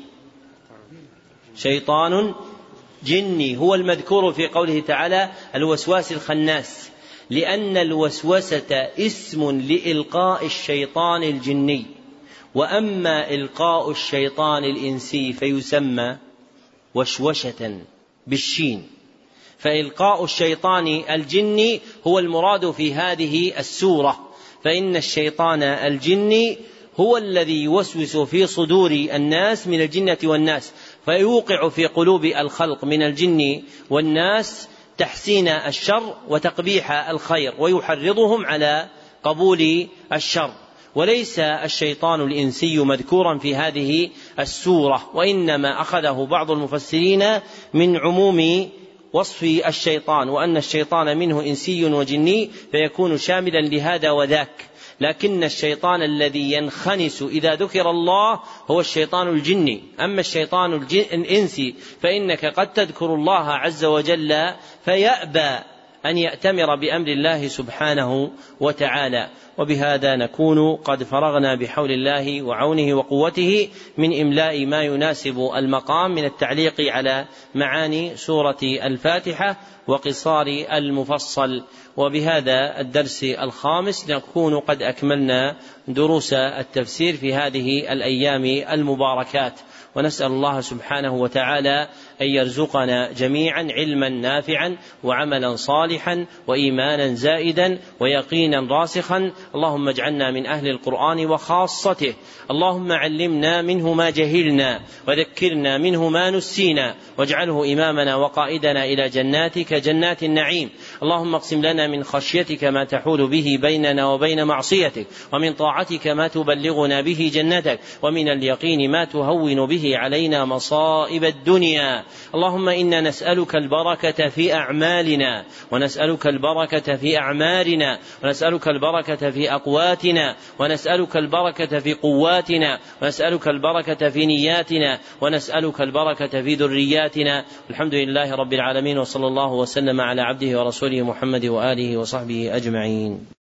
[SPEAKER 1] شيطان جني هو المذكور في قوله تعالى الوسواس الخناس، لأن الوسوسة اسم لإلقاء الشيطان الجني، وأما إلقاء الشيطان الإنسي فيسمى وشوشة بالشين. فإلقاء الشيطان الجني هو المراد في هذه السورة، فإن الشيطان الجني هو الذي يوسوس في صدور الناس من الجنة والناس، فيوقع في قلوب الخلق من الجن والناس تحسين الشر وتقبيح الخير، ويحرضهم على قبول الشر. وليس الشيطان الإنسي مذكورا في هذه السورة، وإنما أخذه بعض المفسرين من عموم وصف الشيطان، وأن الشيطان منه إنسي وجني فيكون شاملا لهذا وذاك. لكن الشيطان الذي ينخنس إذا ذكر الله هو الشيطان الجني. أما الشيطان الإنسي فإنك قد تذكر الله عز وجل فيأبى أن يأتمر بأمر الله سبحانه وتعالى. وبهذا نكون قد فرغنا بحول الله وعونه وقوته من إملاء ما يناسب المقام من التعليق على معاني سورة الفاتحة وقصار المفصل. وبهذا الدرس الخامس نكون قد أكملنا دروس التفسير في هذه الأيام المباركات، ونسأل الله سبحانه وتعالى أن يرزقنا جميعا علما نافعا وعملا صالحا وإيمانا زائدا ويقينا راسخا. اللهم اجعلنا من أهل القرآن وخاصته. اللهم علمنا منه ما جهلنا وذكرنا منه ما نسينا، واجعله إمامنا وقائدنا إلى جناتك جنات النعيم. اللهم اقسم لنا من خشيتك ما تحول به بيننا وبين معصيتك، ومن طاعتك ما تبلغنا به جنتك، ومن اليقين ما تهون به علينا مصائب الدنيا. اللهم إنا نسألك البركة في أعمالنا، ونسألك البركة في أعمارنا، ونسألك البركة في أقواتنا، ونسألك البركة في قواتنا، ونسألك البركة في نياتنا، ونسألك البركة في ذرياتنا. الحمد لله رب العالمين، وصلى الله وسلم على عبده ورسوله محمد وآله وصحبه أجمعين.